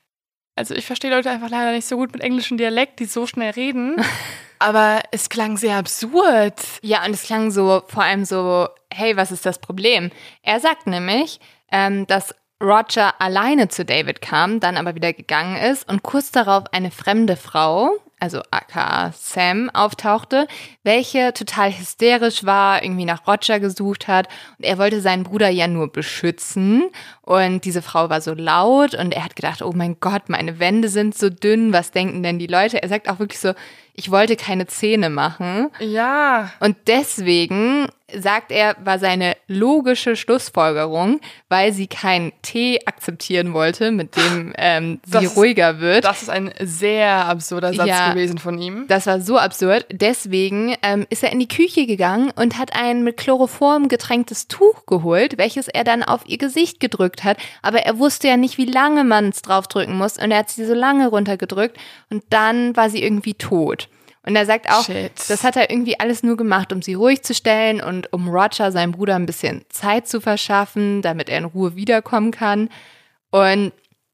also ich verstehe Leute einfach leider nicht so gut mit englischem Dialekt, die so schnell reden, aber es klang sehr absurd. Ja, und es klang so, vor allem so, hey, was ist das Problem? Er sagt nämlich, ähm, dass Roger alleine zu David kam, dann aber wieder gegangen ist und kurz darauf eine fremde Frau, also aka Sam, auftauchte, welche total hysterisch war, irgendwie nach Roger gesucht hat und er wollte seinen Bruder ja nur beschützen und diese Frau war so laut und er hat gedacht, oh mein Gott, meine Wände sind so dünn, was denken denn die Leute? Er sagt auch wirklich so, ich wollte keine Zähne machen. Ja. Und deswegen, sagt er, war seine logische Schlussfolgerung, weil sie keinen Tee akzeptieren wollte, mit dem ähm, sie ist, ruhiger wird. Das ist ein sehr absurder Satz ja, gewesen von ihm. Das war so absurd. Deswegen ähm, ist er in die Küche gegangen und hat ein mit Chloroform getränktes Tuch geholt, welches er dann auf ihr Gesicht gedrückt hat. Aber er wusste ja nicht, wie lange man es draufdrücken muss. Und er hat sie so lange runtergedrückt und dann war sie irgendwie tot. Und er sagt auch, Shit. Das hat er irgendwie alles nur gemacht, um sie ruhig zu stellen und um Roger, seinem Bruder, ein bisschen Zeit zu verschaffen, damit er in Ruhe wiederkommen kann. Und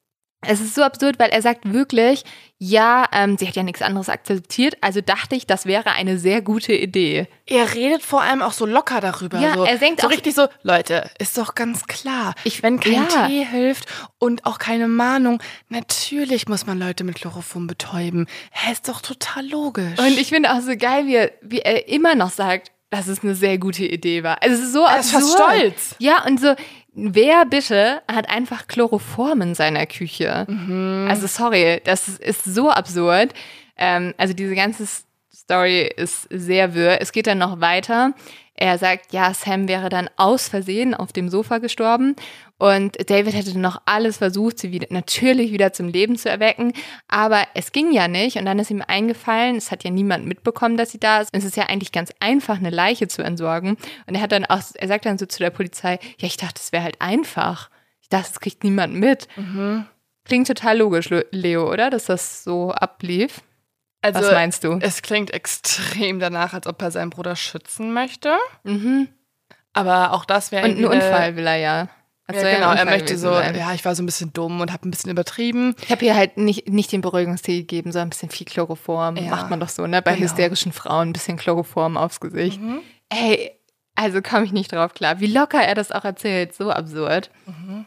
es ist so absurd, weil er sagt wirklich, ja, ähm, sie hat ja nichts anderes akzeptiert, also dachte ich, das wäre eine sehr gute Idee. Er redet vor allem auch so locker darüber. Ja, so, er denkt so auch, richtig so, Leute, ist doch ganz klar, ich, wenn kein ja. Tee hilft und auch keine Mahnung, natürlich muss man Leute mit Chloroform betäuben. Hä, ist doch total logisch. Und ich finde auch so geil, wie er, wie er immer noch sagt, dass es eine sehr gute Idee war. Also es ist so er ist absurd. fast stolz. Ja, und so, wer bitte hat einfach Chloroform in seiner Küche? Mhm. Also sorry, das ist, ist so absurd. Ähm, also diese ganze Story ist sehr wirr. Es geht dann noch weiter. Er sagt, ja, Sam wäre dann aus Versehen auf dem Sofa gestorben und David hätte noch alles versucht, sie wieder, natürlich wieder zum Leben zu erwecken, aber es ging ja nicht und dann ist ihm eingefallen, es hat ja niemand mitbekommen, dass sie da ist. Es ist ja eigentlich ganz einfach, eine Leiche zu entsorgen und er hat dann auch, er sagt dann so zu der Polizei, ja, ich dachte, es wäre halt einfach. Ich dachte, es kriegt niemand mit. Mhm. Klingt total logisch, Leo, oder? Dass das so ablief. Also, was meinst du? Es klingt extrem danach, als ob er seinen Bruder schützen möchte. Mhm. Aber auch das wäre Und einen Unfall will er ja. Ja, genau, er möchte so, sein. ja, ich war so ein bisschen dumm und habe ein bisschen übertrieben. Ich habe ihr halt nicht, nicht den Beruhigungstee gegeben, sondern ein bisschen viel Chloroform. Ja. Macht man doch so, ne? Bei genau. hysterischen Frauen ein bisschen Chloroform aufs Gesicht. Mhm. Ey, also komme ich nicht drauf klar. Wie locker er das auch erzählt, so absurd. Mhm.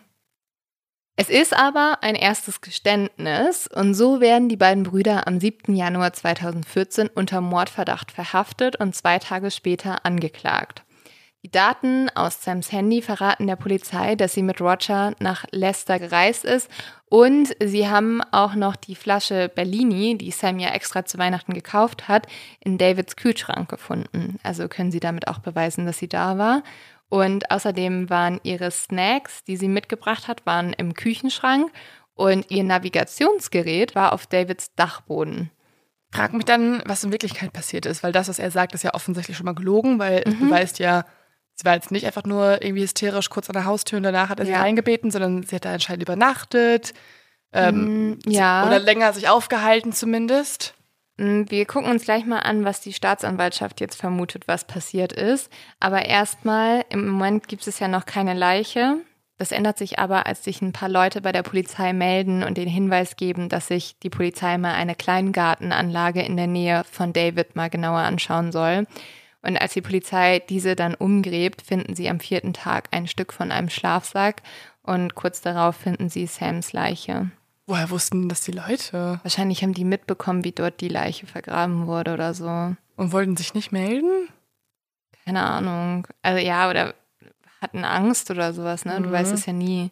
Es ist aber ein erstes Geständnis und so werden die beiden Brüder am siebten Januar zweitausendvierzehn unter Mordverdacht verhaftet und zwei Tage später angeklagt. Die Daten aus Sams Handy verraten der Polizei, dass sie mit Roger nach Leicester gereist ist und sie haben auch noch die Flasche Bellini, die Sam ja extra zu Weihnachten gekauft hat, in Davids Kühlschrank gefunden. Also können sie damit auch beweisen, dass sie da war. Und außerdem waren ihre Snacks, die sie mitgebracht hat, waren im Küchenschrank und ihr Navigationsgerät war auf Davids Dachboden. Frag mich dann, was in Wirklichkeit passiert ist, weil das, was er sagt, ist ja offensichtlich schon mal gelogen, weil mhm. es beweist ja, sie war jetzt nicht einfach nur irgendwie hysterisch kurz an der Haustür und danach hat er sie ja. reingebeten, sondern sie hat da anscheinend übernachtet ähm, mm, ja. oder länger sich aufgehalten zumindest. Wir gucken uns gleich mal an, was die Staatsanwaltschaft jetzt vermutet, was passiert ist. Aber erstmal, im Moment gibt es ja noch keine Leiche. Das ändert sich aber, als sich ein paar Leute bei der Polizei melden und den Hinweis geben, dass sich die Polizei mal eine Kleingartenanlage in der Nähe von David mal genauer anschauen soll. Und als die Polizei diese dann umgräbt, finden sie am vierten Tag ein Stück von einem Schlafsack und kurz darauf finden sie Sams Leiche. Woher wussten das die Leute? Wahrscheinlich haben die mitbekommen, wie dort die Leiche vergraben wurde oder so. Und wollten sich nicht melden? Keine Ahnung. Also ja, oder hatten Angst oder sowas, ne? Du mhm. weißt es ja nie.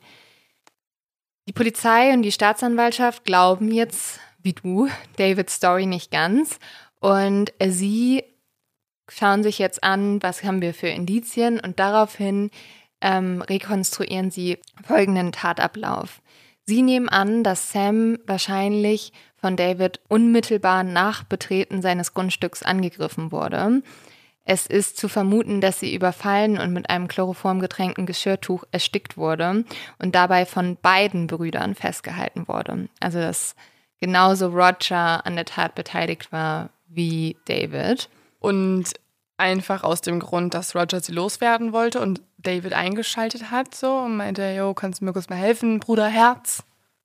Die Polizei und die Staatsanwaltschaft glauben jetzt, wie du, Davids Story nicht ganz. Und sie schauen sich jetzt an, was haben wir für Indizien und daraufhin ähm, rekonstruieren sie folgenden Tatablauf. Sie nehmen an, dass Sam wahrscheinlich von David unmittelbar nach Betreten seines Grundstücks angegriffen wurde. Es ist zu vermuten, dass sie überfallen und mit einem chloroformgetränkten Geschirrtuch erstickt wurde und dabei von beiden Brüdern festgehalten wurde. Also dass genauso Roger an der Tat beteiligt war wie David. Und einfach aus dem Grund, dass Roger sie loswerden wollte und David eingeschaltet hat so und meinte, jo, kannst du mir kurz mal helfen, Bruder Herz?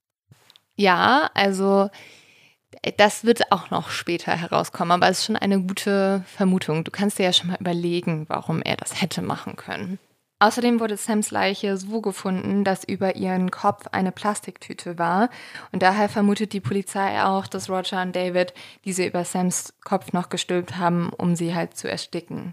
Ja, also das wird auch noch später herauskommen, aber es ist schon eine gute Vermutung. Du kannst dir ja schon mal überlegen, warum er das hätte machen können. Außerdem wurde Sams Leiche so gefunden, dass über ihren Kopf eine Plastiktüte war. Und daher vermutet die Polizei auch, dass Roger und David diese über Sams Kopf noch gestülpt haben, um sie halt zu ersticken.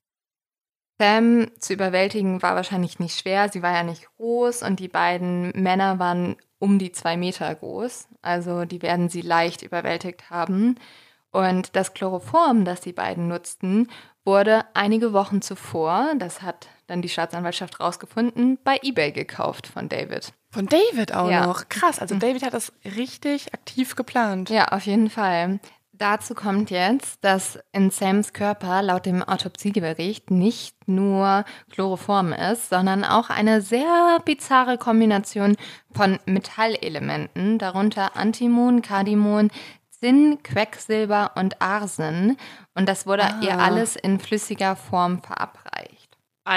Sam zu überwältigen war wahrscheinlich nicht schwer. Sie war ja nicht groß und die beiden Männer waren um die zwei Meter groß. Also die werden sie leicht überwältigt haben. Und das Chloroform, das die beiden nutzten, wurde einige Wochen zuvor, das hat dann die Staatsanwaltschaft rausgefunden, bei eBay gekauft von David. Von David auch Ja. noch? Krass, also David hat das richtig aktiv geplant. Ja, auf jeden Fall. Dazu kommt jetzt, dass in Sams Körper laut dem Autopsiebericht nicht nur Chloroform ist, sondern auch eine sehr bizarre Kombination von Metallelementen, darunter Antimon, Kardimon, Zinn, Quecksilber und Arsen. Und das wurde Ah. ihr alles in flüssiger Form verabreicht.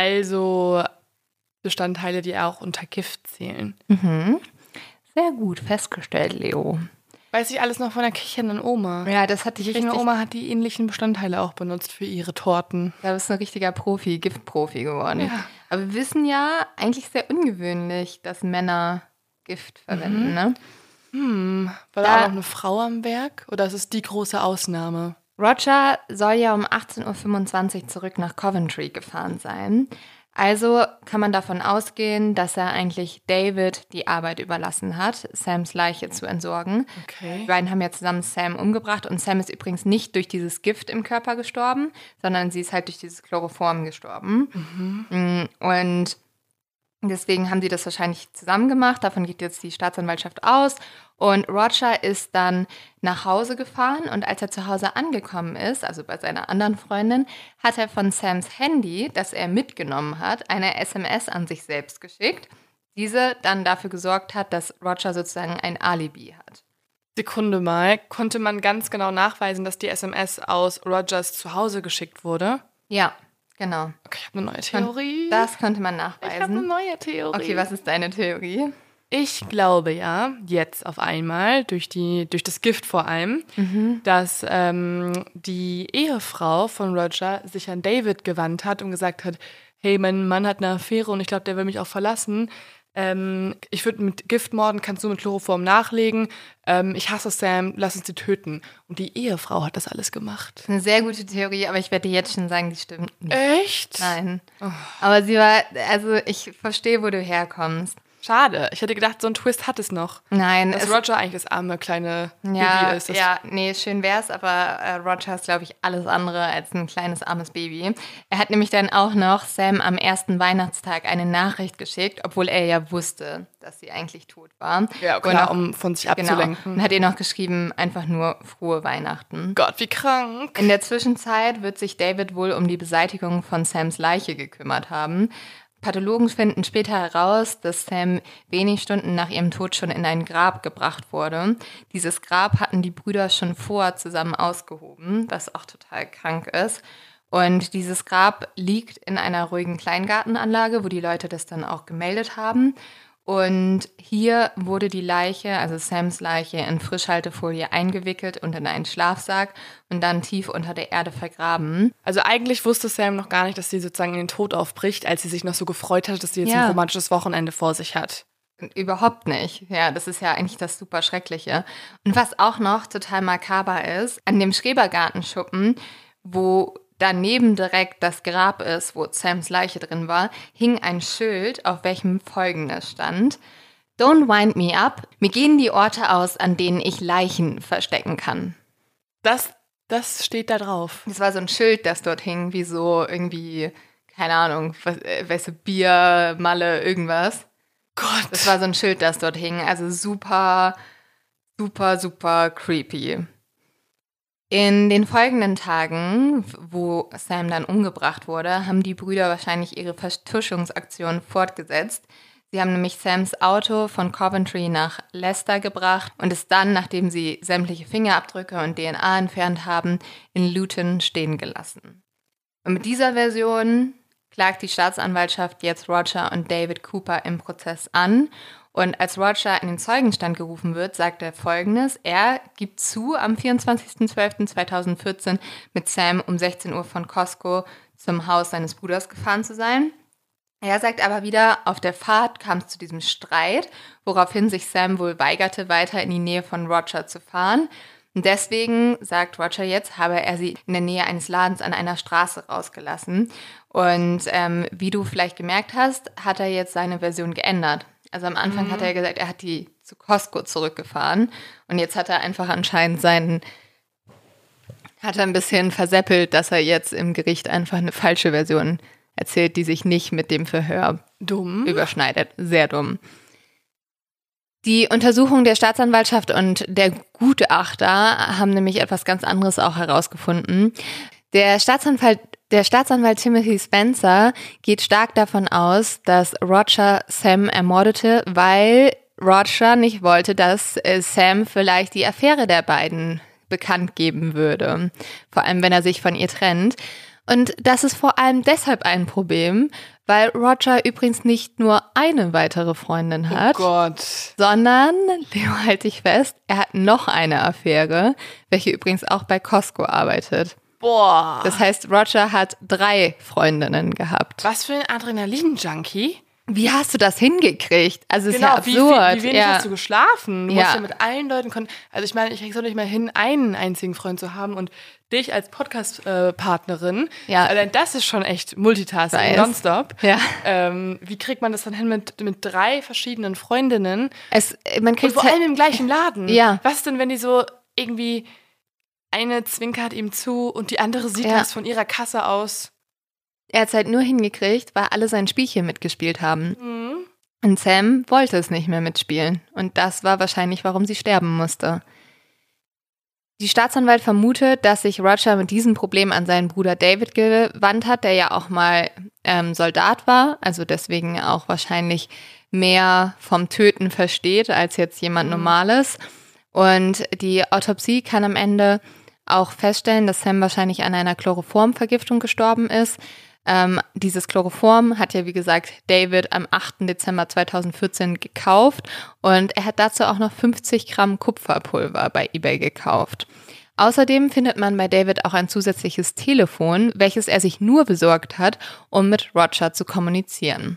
Also Bestandteile, die auch unter Gift zählen. Mhm. Sehr gut festgestellt, Leo. Weiß ich alles noch von der kichernden Oma. Ja, das hatte ich Die richtig. kichernde Oma hat die ähnlichen Bestandteile auch benutzt für ihre Torten. Da bist du ein richtiger Profi, Giftprofi geworden. Ja. Aber wir wissen ja, eigentlich sehr ungewöhnlich, dass Männer Gift verwenden, ne? Hm, war Da- da auch noch eine Frau am Werk? Oder ist es die große Ausnahme? Roger soll ja um achtzehn Uhr fünfundzwanzig zurück nach Coventry gefahren sein. Also kann man davon ausgehen, dass er eigentlich David die Arbeit überlassen hat, Sams Leiche zu entsorgen. Okay. Die beiden haben ja zusammen Sam umgebracht und Sam ist übrigens nicht durch dieses Gift im Körper gestorben, sondern sie ist halt durch dieses Chloroform gestorben. Mhm. Und deswegen haben sie das wahrscheinlich zusammen gemacht. Davon geht jetzt die Staatsanwaltschaft aus. Und Roger ist dann nach Hause gefahren und als er zu Hause angekommen ist, also bei seiner anderen Freundin, hat er von Sams Handy, das er mitgenommen hat, eine S M S an sich selbst geschickt, diese dann dafür gesorgt hat, dass Roger sozusagen ein Alibi hat. Sekunde mal, konnte man ganz genau nachweisen, dass die S M S aus Rogers Zuhause geschickt wurde? Ja, genau. Okay, ich habe eine neue Theorie. Das konnte man ich habe eine nachweisen. neue Theorie. Okay, was ist deine Theorie? Ich glaube ja, jetzt auf einmal, durch, die, durch das Gift vor allem, dass ähm, die Ehefrau von Roger sich an David gewandt hat und gesagt hat, hey, mein Mann hat eine Affäre und ich glaube, der will mich auch verlassen. Ähm, ich würde mit Gift morden, kannst du mit Chloroform nachlegen. Ähm, ich hasse Sam, lass uns sie töten. Und die Ehefrau hat das alles gemacht. Eine sehr gute Theorie, aber ich werde dir jetzt schon sagen, die stimmt nicht. Echt? Nein. Aber sie war, also ich verstehe, wo du herkommst. Schade. Ich hätte gedacht, so ein Twist hat es noch. Nein, Dass es, Roger eigentlich das arme kleine ja, Baby ist. Das ja, nee, schön wär's, aber äh, Roger ist, glaube ich, alles andere als ein kleines armes Baby. Er hat nämlich dann auch noch Sam am ersten Weihnachtstag eine Nachricht geschickt, obwohl er ja wusste, dass sie eigentlich tot war. Ja, Und klar, auch- um von sich Genau. abzulenken. Und hat ihr noch geschrieben, einfach nur frohe Weihnachten. Gott, wie krank. In der Zwischenzeit wird sich David wohl um die Beseitigung von Sams Leiche gekümmert haben. Pathologen finden später heraus, dass Sam wenig Stunden nach ihrem Tod schon in ein Grab gebracht wurde. Dieses Grab hatten die Brüder schon vorher zusammen ausgehoben, was auch total krank ist. Und dieses Grab liegt in einer ruhigen Kleingartenanlage, wo die Leute das dann auch gemeldet haben. Und hier wurde die Leiche, also Sams Leiche, in Frischhaltefolie eingewickelt und in einen Schlafsack und dann tief unter der Erde vergraben. Also eigentlich wusste Sam noch gar nicht, dass sie sozusagen in den Tod aufbricht, als sie sich noch so gefreut hat, dass sie jetzt Ja. ein romantisches Wochenende vor sich hat. Überhaupt nicht. Ja, das ist ja eigentlich das super Schreckliche. Und was auch noch total makaber ist, an dem Schrebergartenschuppen, wo daneben direkt das Grab ist, wo Sams Leiche drin war, hing ein Schild, auf welchem Folgendes stand: Don't wind me up. Mir gehen die Orte aus, an denen ich Leichen verstecken kann. Das, das steht da drauf. Das war so ein Schild, das dort hing, wie so irgendwie, keine Ahnung, was, äh, weißt du, Bier, Malle, irgendwas. Gott. Das war so ein Schild, das dort hing. Also super, super, super creepy. In den folgenden Tagen, wo Sam dann umgebracht wurde, haben die Brüder wahrscheinlich ihre Vertuschungsaktion fortgesetzt. Sie haben nämlich Sams Auto von Coventry nach Leicester gebracht und es dann, nachdem sie sämtliche Fingerabdrücke und D N A entfernt haben, in Luton stehen gelassen. Und mit dieser Version klagt die Staatsanwaltschaft jetzt Roger und David Cooper im Prozess an. Und als Roger in den Zeugenstand gerufen wird, sagt er Folgendes. Er gibt zu, am vierundzwanzigster zwölfter zweitausendvierzehn mit Sam um sechzehn Uhr von Costco zum Haus seines Bruders gefahren zu sein. Er sagt aber wieder, auf der Fahrt kam es zu diesem Streit, woraufhin sich Sam wohl weigerte, weiter in die Nähe von Roger zu fahren. Und deswegen, sagt Roger jetzt, habe er sie in der Nähe eines Ladens an einer Straße rausgelassen. Und ähm, wie du vielleicht gemerkt hast, hat er jetzt seine Version geändert. Also am Anfang mhm. hat er gesagt, er hat die zu Costco zurückgefahren. Und jetzt hat er einfach anscheinend seinen, hat er ein bisschen verseppelt, dass er jetzt im Gericht einfach eine falsche Version erzählt, die sich nicht mit dem Verhör dumm. überschneidet. Sehr dumm. Die Untersuchung der Staatsanwaltschaft und der Gutachter haben nämlich etwas ganz anderes auch herausgefunden. Der Staatsanwalt, der Staatsanwalt Timothy Spencer geht stark davon aus, dass Roger Sam ermordete, weil Roger nicht wollte, dass Sam vielleicht die Affäre der beiden bekannt geben würde. Vor allem, wenn er sich von ihr trennt. Und das ist vor allem deshalb ein Problem, weil Roger übrigens nicht nur eine weitere Freundin hat, oh Gott. sondern, Leo, halt dich fest, er hat noch eine Affäre, welche übrigens auch bei Costco arbeitet. Boah. Das heißt, Roger hat drei Freundinnen gehabt. Was für ein Adrenalin-Junkie. Wie hast du das hingekriegt? Also es genau, ist ja absurd. Wie, wie wenig ja. hast du geschlafen? Du ja. musst ja mit allen Leuten kon- Also ich meine, ich krieg so nicht mal hin, einen einzigen Freund zu haben und dich als Podcast-Partnerin. Ja. Allein das ist schon echt Multitasking, Weiß. nonstop. Ja. Ähm, wie kriegt man das dann hin mit, mit drei verschiedenen Freundinnen? Es, man Und kriegt vor allem im gleichen Laden. Ja. Was denn, wenn die so irgendwie, eine zwinkert ihm zu und die andere sieht Ja. das von ihrer Kasse aus? Er hat es halt nur hingekriegt, weil alle sein Spielchen mitgespielt haben. Mhm. Und Sam wollte es nicht mehr mitspielen. Und das war wahrscheinlich, warum sie sterben musste. Die Staatsanwalt vermutet, dass sich Roger mit diesem Problem an seinen Bruder David gewandt hat, der ja auch mal ähm, Soldat war, also deswegen auch wahrscheinlich mehr vom Töten versteht als jetzt jemand Mhm. Normales. Und die Autopsie kann am Ende auch feststellen, dass Sam wahrscheinlich an einer Chloroformvergiftung gestorben ist. Ähm, dieses Chloroform hat ja, wie gesagt, David am achter Dezember zweitausendvierzehn gekauft und er hat dazu auch noch fünfzig Gramm Kupferpulver bei eBay gekauft. Außerdem findet man bei David auch ein zusätzliches Telefon, welches er sich nur besorgt hat, um mit Roger zu kommunizieren.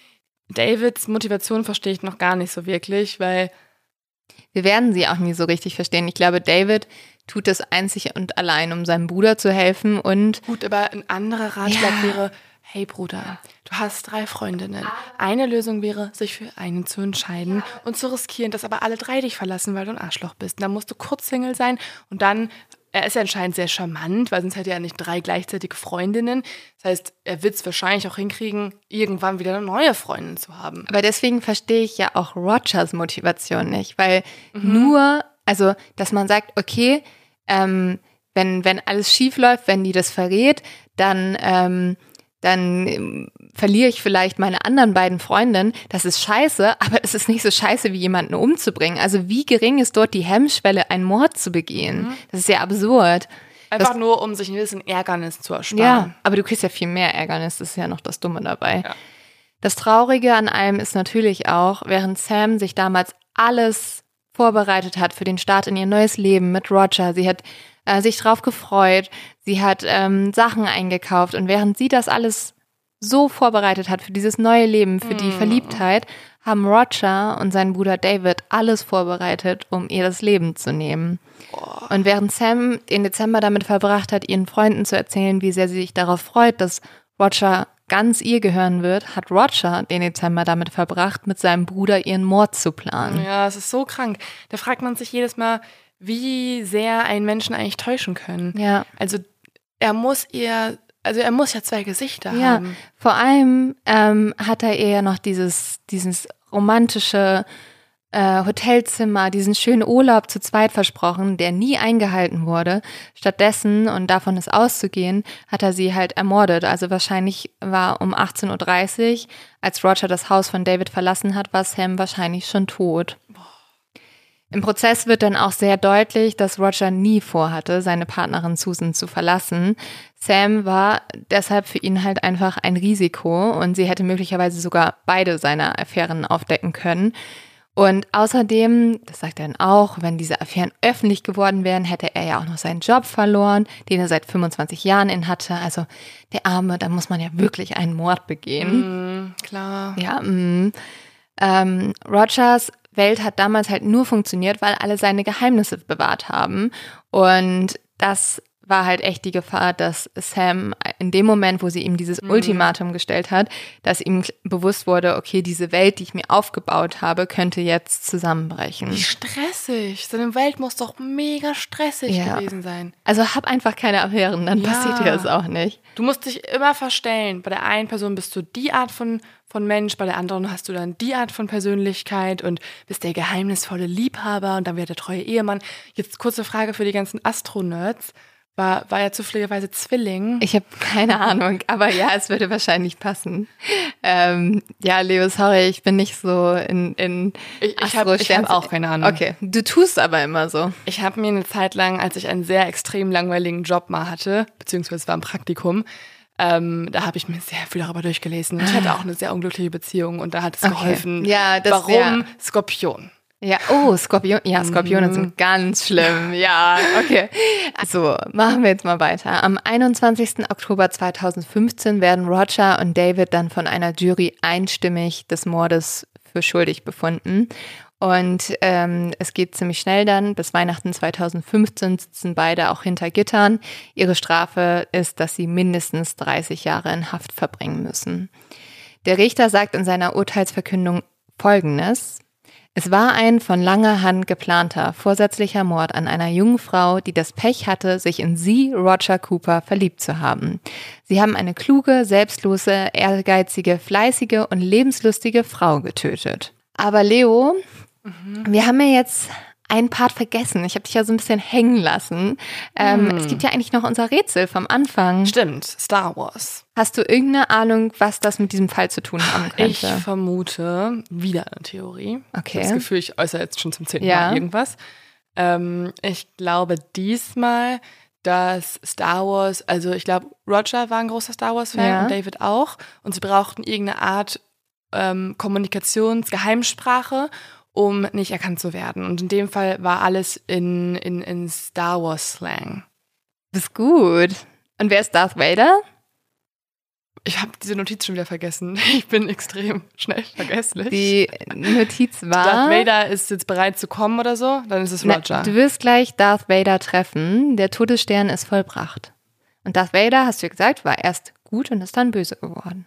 Davids Motivation verstehe ich noch gar nicht so wirklich, weil Wir werden sie auch nie so richtig verstehen. Ich glaube, David tut das einzig und allein, um seinem Bruder zu helfen und gut, aber ein anderer Ratschlag Ja. wäre, hey Bruder, du hast drei Freundinnen. Eine Lösung wäre, sich für einen zu entscheiden und zu riskieren, dass aber alle drei dich verlassen, weil du ein Arschloch bist. Dann musst du kurz Single sein und dann, er ist ja anscheinend sehr charmant, weil sonst hätte er ja nicht drei gleichzeitige Freundinnen. Das heißt, er wird es wahrscheinlich auch hinkriegen, irgendwann wieder eine neue Freundin zu haben. Aber deswegen verstehe ich ja auch Rogers Motivation nicht, weil nur, also, dass man sagt, okay, ähm, wenn, wenn alles schief läuft, wenn die das verrät, dann, ähm, dann ähm, verliere ich vielleicht meine anderen beiden Freundinnen. Das ist scheiße, aber es ist nicht so scheiße, wie jemanden umzubringen. Also wie gering ist dort die Hemmschwelle, einen Mord zu begehen? Das ist ja absurd. Einfach Das- nur, um sich ein bisschen Ärgernis zu ersparen. Ja, aber du kriegst ja viel mehr Ärgernis, das ist ja noch das Dumme dabei. Ja. Das Traurige an allem ist natürlich auch, während Sam sich damals alles vorbereitet hat für den Start in ihr neues Leben mit Roger, sie hat äh, sich drauf gefreut, sie hat ähm, Sachen eingekauft und während sie das alles so vorbereitet hat für dieses neue Leben, für die Verliebtheit, haben Roger und sein Bruder David alles vorbereitet, um ihr das Leben zu nehmen. Und während Sam den Dezember damit verbracht hat, ihren Freunden zu erzählen, wie sehr sie sich darauf freut, dass Roger ganz ihr gehören wird, hat Roger den Dezember damit verbracht, mit seinem Bruder ihren Mord zu planen. Ja, es ist so krank. Da fragt man sich jedes Mal, wie sehr einen Menschen eigentlich täuschen können. Ja. Also er muss ihr, also er muss ja zwei Gesichter Ja, haben. vor allem ähm, hat er ihr ja noch dieses, dieses romantische äh, Hotelzimmer, diesen schönen Urlaub zu zweit versprochen, der nie eingehalten wurde. Stattdessen, und davon ist auszugehen, hat er sie halt ermordet. Also wahrscheinlich war um achtzehn Uhr dreißig, als Roger das Haus von David verlassen hat, war Sam wahrscheinlich schon tot. Im Prozess wird dann auch sehr deutlich, dass Roger nie vorhatte, seine Partnerin Susan zu verlassen. Sam war deshalb für ihn halt einfach ein Risiko und sie hätte möglicherweise sogar beide seiner Affären aufdecken können. Und außerdem, das sagt er dann auch, wenn diese Affären öffentlich geworden wären, hätte er ja auch noch seinen Job verloren, den er seit fünfundzwanzig Jahren in hatte. Also der Arme, da muss man ja wirklich einen Mord begehen. Mm, klar. Ja, mm. ähm, Rogers Welt hat damals halt nur funktioniert, weil alle seine Geheimnisse bewahrt haben. Und das war halt echt die Gefahr, dass Sam in dem Moment, wo sie ihm dieses mhm. Ultimatum gestellt hat, dass ihm bewusst wurde, okay, diese Welt, die ich mir aufgebaut habe, könnte jetzt zusammenbrechen. Wie stressig. Seine Welt muss doch mega stressig ja. gewesen sein. Also hab einfach keine Affären, dann ja. passiert dir das auch nicht. Du musst dich immer verstellen. Bei der einen Person bist du die Art von, von Mensch, bei der anderen hast du dann die Art von Persönlichkeit und bist der geheimnisvolle Liebhaber und dann wieder der treue Ehemann. Jetzt kurze Frage für die ganzen Astro-Nerds. War, war ja zufälligerweise Zwilling. Ich habe keine Ahnung, aber ja, es würde wahrscheinlich passen. Ähm, ja, Leo, sorry, ich bin nicht so in, in Ich, ich habe hab auch keine Ahnung. Okay, du tust aber immer so. Ich habe mir eine Zeit lang, als ich einen sehr extrem langweiligen Job mal hatte, beziehungsweise es war ein Praktikum, ähm, da habe ich mir sehr viel darüber durchgelesen. Und ich hatte auch eine sehr unglückliche Beziehung und da hat es okay. geholfen. Ja, das, Warum ja. Skorpion? Ja, oh, Skorpion. Ja, Skorpione mm. sind ganz schlimm. Ja, okay. So, machen wir jetzt mal weiter. Am einundzwanzigsten Oktober zweitausendfünfzehn werden Roger und David dann von einer Jury einstimmig des Mordes für schuldig befunden. Und ähm, es geht ziemlich schnell dann. Bis Weihnachten zweitausendfünfzehn sitzen beide auch hinter Gittern. Ihre Strafe ist, dass sie mindestens dreißig Jahre in Haft verbringen müssen. Der Richter sagt in seiner Urteilsverkündung Folgendes: Es war ein von langer Hand geplanter, vorsätzlicher Mord an einer jungen Frau, die das Pech hatte, sich in sie, Roger Cooper, verliebt zu haben. Sie haben eine kluge, selbstlose, ehrgeizige, fleißige und lebenslustige Frau getötet. Aber Leo, mhm. wir haben ja jetzt einen Part vergessen. Ich habe dich ja so ein bisschen hängen lassen. Ähm, hm. Es gibt ja eigentlich noch unser Rätsel vom Anfang. Stimmt, Star Wars. Hast du irgendeine Ahnung, was das mit diesem Fall zu tun haben könnte? Ich vermute, wieder eine Theorie. Okay. Ich habe das Gefühl, ich äußere jetzt schon zum zehnten ja. Mal irgendwas. Ähm, ich glaube diesmal, dass Star Wars, also ich glaube, Roger war ein großer Star Wars-Fan ja. und David auch. Und sie brauchten irgendeine Art ähm, Kommunikationsgeheimsprache, um nicht erkannt zu werden. Und in dem Fall war alles in, in, in Star Wars-Slang. Das ist gut. Und wer ist Darth Vader? Ich habe diese Notiz schon wieder vergessen. Ich bin extrem schnell vergesslich. Die Notiz war... Darth Vader ist jetzt bereit zu kommen oder so, dann ist es Roger. Na, du wirst gleich Darth Vader treffen. Der Todesstern ist vollbracht. Und Darth Vader, hast du ja gesagt, war erst gut und ist dann böse geworden.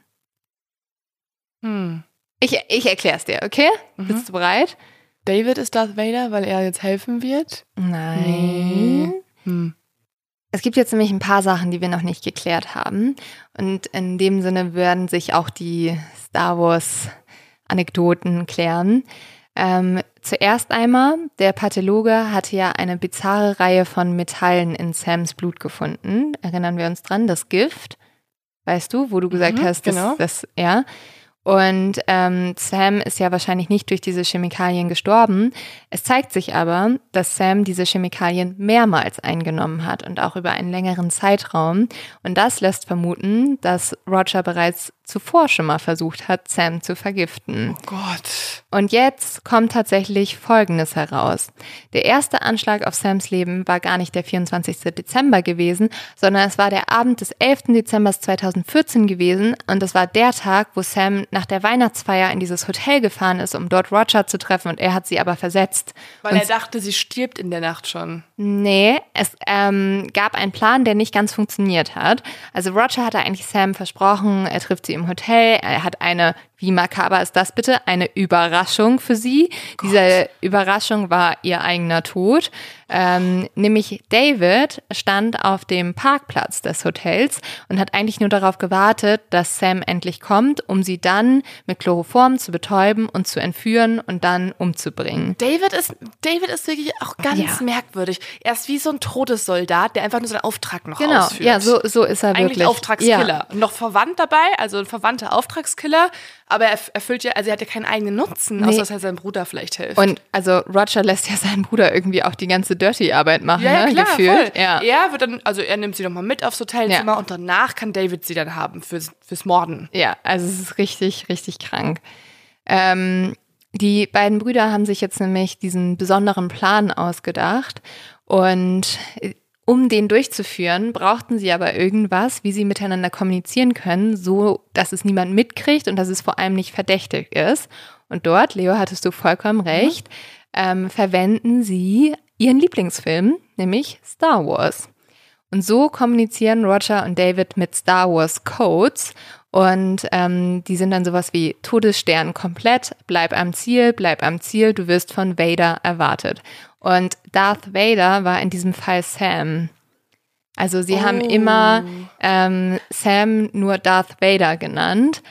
Hm. Ich, ich erklär's dir, okay? Mhm. Bist du bereit? David ist Darth Vader, weil er jetzt helfen wird? Nein. Nee. Hm. Es gibt jetzt nämlich ein paar Sachen, die wir noch nicht geklärt haben. Und in dem Sinne werden sich auch die Star Wars-Anekdoten klären. Ähm, zuerst einmal, der Pathologe hatte ja eine bizarre Reihe von Metallen in Sams Blut gefunden. Erinnern wir uns dran, das Gift. Weißt du, wo du gesagt mhm, hast, dass genau. das, ja. Und ähm, Sam ist ja wahrscheinlich nicht durch diese Chemikalien gestorben. Es zeigt sich aber, dass Sam diese Chemikalien mehrmals eingenommen hat und auch über einen längeren Zeitraum. Und das lässt vermuten, dass Roger bereits zuvor schon mal versucht hat, Sam zu vergiften. Oh Gott. Und jetzt kommt tatsächlich Folgendes heraus. Der erste Anschlag auf Sams Leben war gar nicht der vierundzwanzigsten Dezember gewesen, sondern es war der Abend des elften Dezember zweitausendvierzehn gewesen. Und das war der Tag, wo Sam nach der Weihnachtsfeier in dieses Hotel gefahren ist, um dort Roger zu treffen. Und er hat sie aber versetzt. Weil und er dachte, sie stirbt in der Nacht schon. Nee, es ähm, gab einen Plan, der nicht ganz funktioniert hat. Also Roger hatte eigentlich Sam versprochen, er trifft sie im Hotel, er hat eine Wie makaber ist das bitte? Eine Überraschung für sie. Gott. Diese Überraschung war ihr eigener Tod. Ähm, nämlich David stand auf dem Parkplatz des Hotels und hat eigentlich nur darauf gewartet, dass Sam endlich kommt, um sie dann mit Chloroform zu betäuben und zu entführen und dann umzubringen. David ist, David ist wirklich auch ganz ja. merkwürdig. Er ist wie so ein Todessoldat, der einfach nur seinen Auftrag noch genau. ausführt. Genau, ja, so, so ist er Eigentlich wirklich. Auftragskiller. Ja. Noch verwandt dabei, also ein verwandter Auftragskiller, aber er erfüllt ja, also er hat ja keinen eigenen Nutzen, nee. außer dass er seinem Bruder vielleicht hilft. Und also Roger lässt ja seinen Bruder irgendwie auch die ganze Dirty-Arbeit machen, ja, ja, ne? Klar, Gefühlt. Voll. Ja. Er wird dann, also er nimmt sie nochmal mit aufs Hotelzimmer ja. und danach kann David sie dann haben fürs, fürs Morden. Ja, also es ist richtig, richtig krank. Ähm, die beiden Brüder haben sich jetzt nämlich diesen besonderen Plan ausgedacht und um den durchzuführen, brauchten sie aber irgendwas, wie sie miteinander kommunizieren können, so dass es niemand mitkriegt und dass es vor allem nicht verdächtig ist. Und dort, Leo, hattest du vollkommen recht, mhm. ähm, verwenden sie ihren Lieblingsfilm, nämlich Star Wars. Und so kommunizieren Roger und David mit Star Wars Codes und ähm, die sind dann sowas wie Todesstern komplett, bleib am Ziel, bleib am Ziel, du wirst von Vader erwartet. Und Darth Vader war in diesem Fall Sam. Also sie oh. haben immer ähm, Sam nur Darth Vader genannt.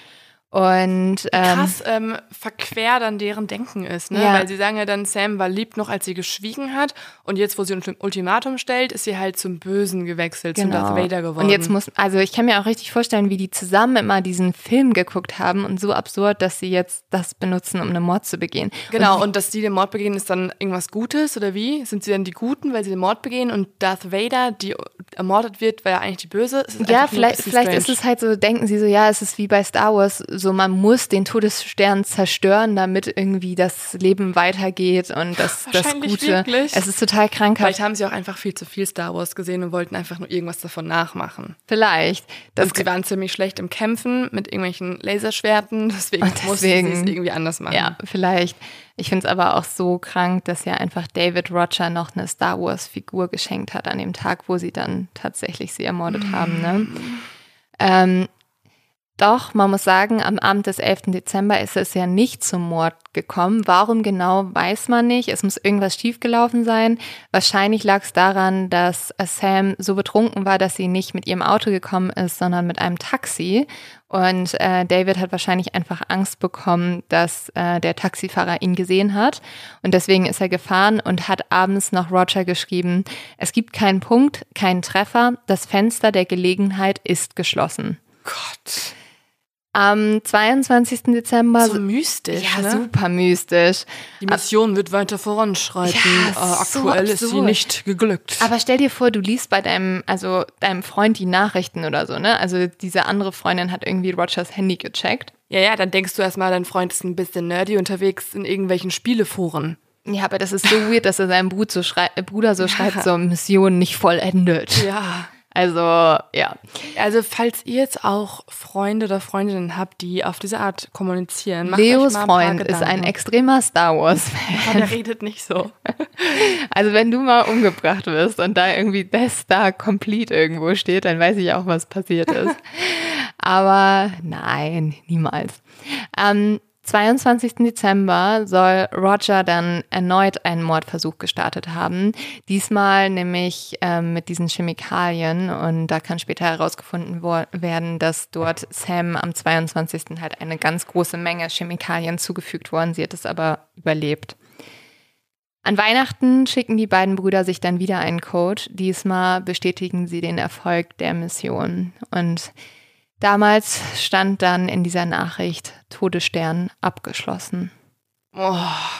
Und ähm, krass ähm, verquer dann deren Denken ist, ne? Ja. Weil sie sagen ja dann, Sam war lieb noch, als sie geschwiegen hat und jetzt, wo sie ein Ultimatum stellt, ist sie halt zum Bösen gewechselt, genau. zum Darth Vader geworden. Und jetzt muss, also ich kann mir auch richtig vorstellen, wie die zusammen immer diesen Film geguckt haben und so absurd, dass sie jetzt das benutzen, um einen Mord zu begehen. Genau, und, und dass die den Mord begehen, ist dann irgendwas Gutes oder wie? Sind sie dann die Guten, weil sie den Mord begehen und Darth Vader, die ermordet wird, weil er eigentlich die Böse ist? Ja, vielleicht, vielleicht ist es halt so, denken sie so, ja, es ist wie bei Star Wars, so man muss den Todesstern zerstören, damit irgendwie das Leben weitergeht und das, das Gute. Wirklich? Es ist total krankhaft. Vielleicht haben sie auch einfach viel zu viel Star Wars gesehen und wollten einfach nur irgendwas davon nachmachen. Vielleicht. Das und sie waren ziemlich schlecht im Kämpfen mit irgendwelchen Laserschwerten, deswegen, deswegen mussten sie es irgendwie anders machen. Ja, vielleicht. Ich finde es aber auch so krank, dass ja einfach David Roger noch eine Star Wars-Figur geschenkt hat an dem Tag, wo sie dann tatsächlich sie ermordet mm. haben. Ne? Ähm, Doch, man muss sagen, am Abend des elften Dezember ist es ja nicht zum Mord gekommen. Warum genau, weiß man nicht. Es muss irgendwas schiefgelaufen sein. Wahrscheinlich lag es daran, dass Sam so betrunken war, dass sie nicht mit ihrem Auto gekommen ist, sondern mit einem Taxi. Und äh, David hat wahrscheinlich einfach Angst bekommen, dass äh, der Taxifahrer ihn gesehen hat. Und deswegen ist er gefahren und hat abends noch Roger geschrieben, es gibt keinen Punkt, keinen Treffer, das Fenster der Gelegenheit ist geschlossen. Gott. Am zweiundzwanzigsten Dezember. So mystisch, Ja, ne? super mystisch. Die Mission wird weiter voranschreiten. Ja, äh, aktuell so ist sie nicht geglückt. Aber stell dir vor, du liest bei deinem, also deinem Freund die Nachrichten oder so, ne? Also diese andere Freundin hat irgendwie Rogers Handy gecheckt. Ja, ja, dann denkst du erstmal, dein Freund ist ein bisschen nerdy unterwegs in irgendwelchen Spieleforen. Ja, aber das ist so weird, dass er seinem Bruder so, schrei- Bruder so ja. schreibt, so Mission nicht vollendet. Ja. Also, ja. Also, falls ihr jetzt auch Freunde oder Freundinnen habt, die auf diese Art kommunizieren, macht Leos euch mal ein Freund ist ein extremer Star Wars-Fan. Der redet nicht so. Also, wenn du mal umgebracht wirst und da irgendwie Death Star Complete irgendwo steht, dann weiß ich auch, was passiert ist. Aber nein, niemals. Am zweiundzwanzigsten Dezember soll Roger dann erneut einen Mordversuch gestartet haben. Diesmal nämlich ähm, mit diesen Chemikalien. Und da kann später herausgefunden wo- werden, dass dort Sam am zweiundzwanzigsten halt eine ganz große Menge Chemikalien zugefügt worden. Sie hat es aber überlebt. An Weihnachten schicken die beiden Brüder sich dann wieder einen Code. Diesmal bestätigen sie den Erfolg der Mission. Und damals stand dann in dieser Nachricht Todesstern abgeschlossen. Oh.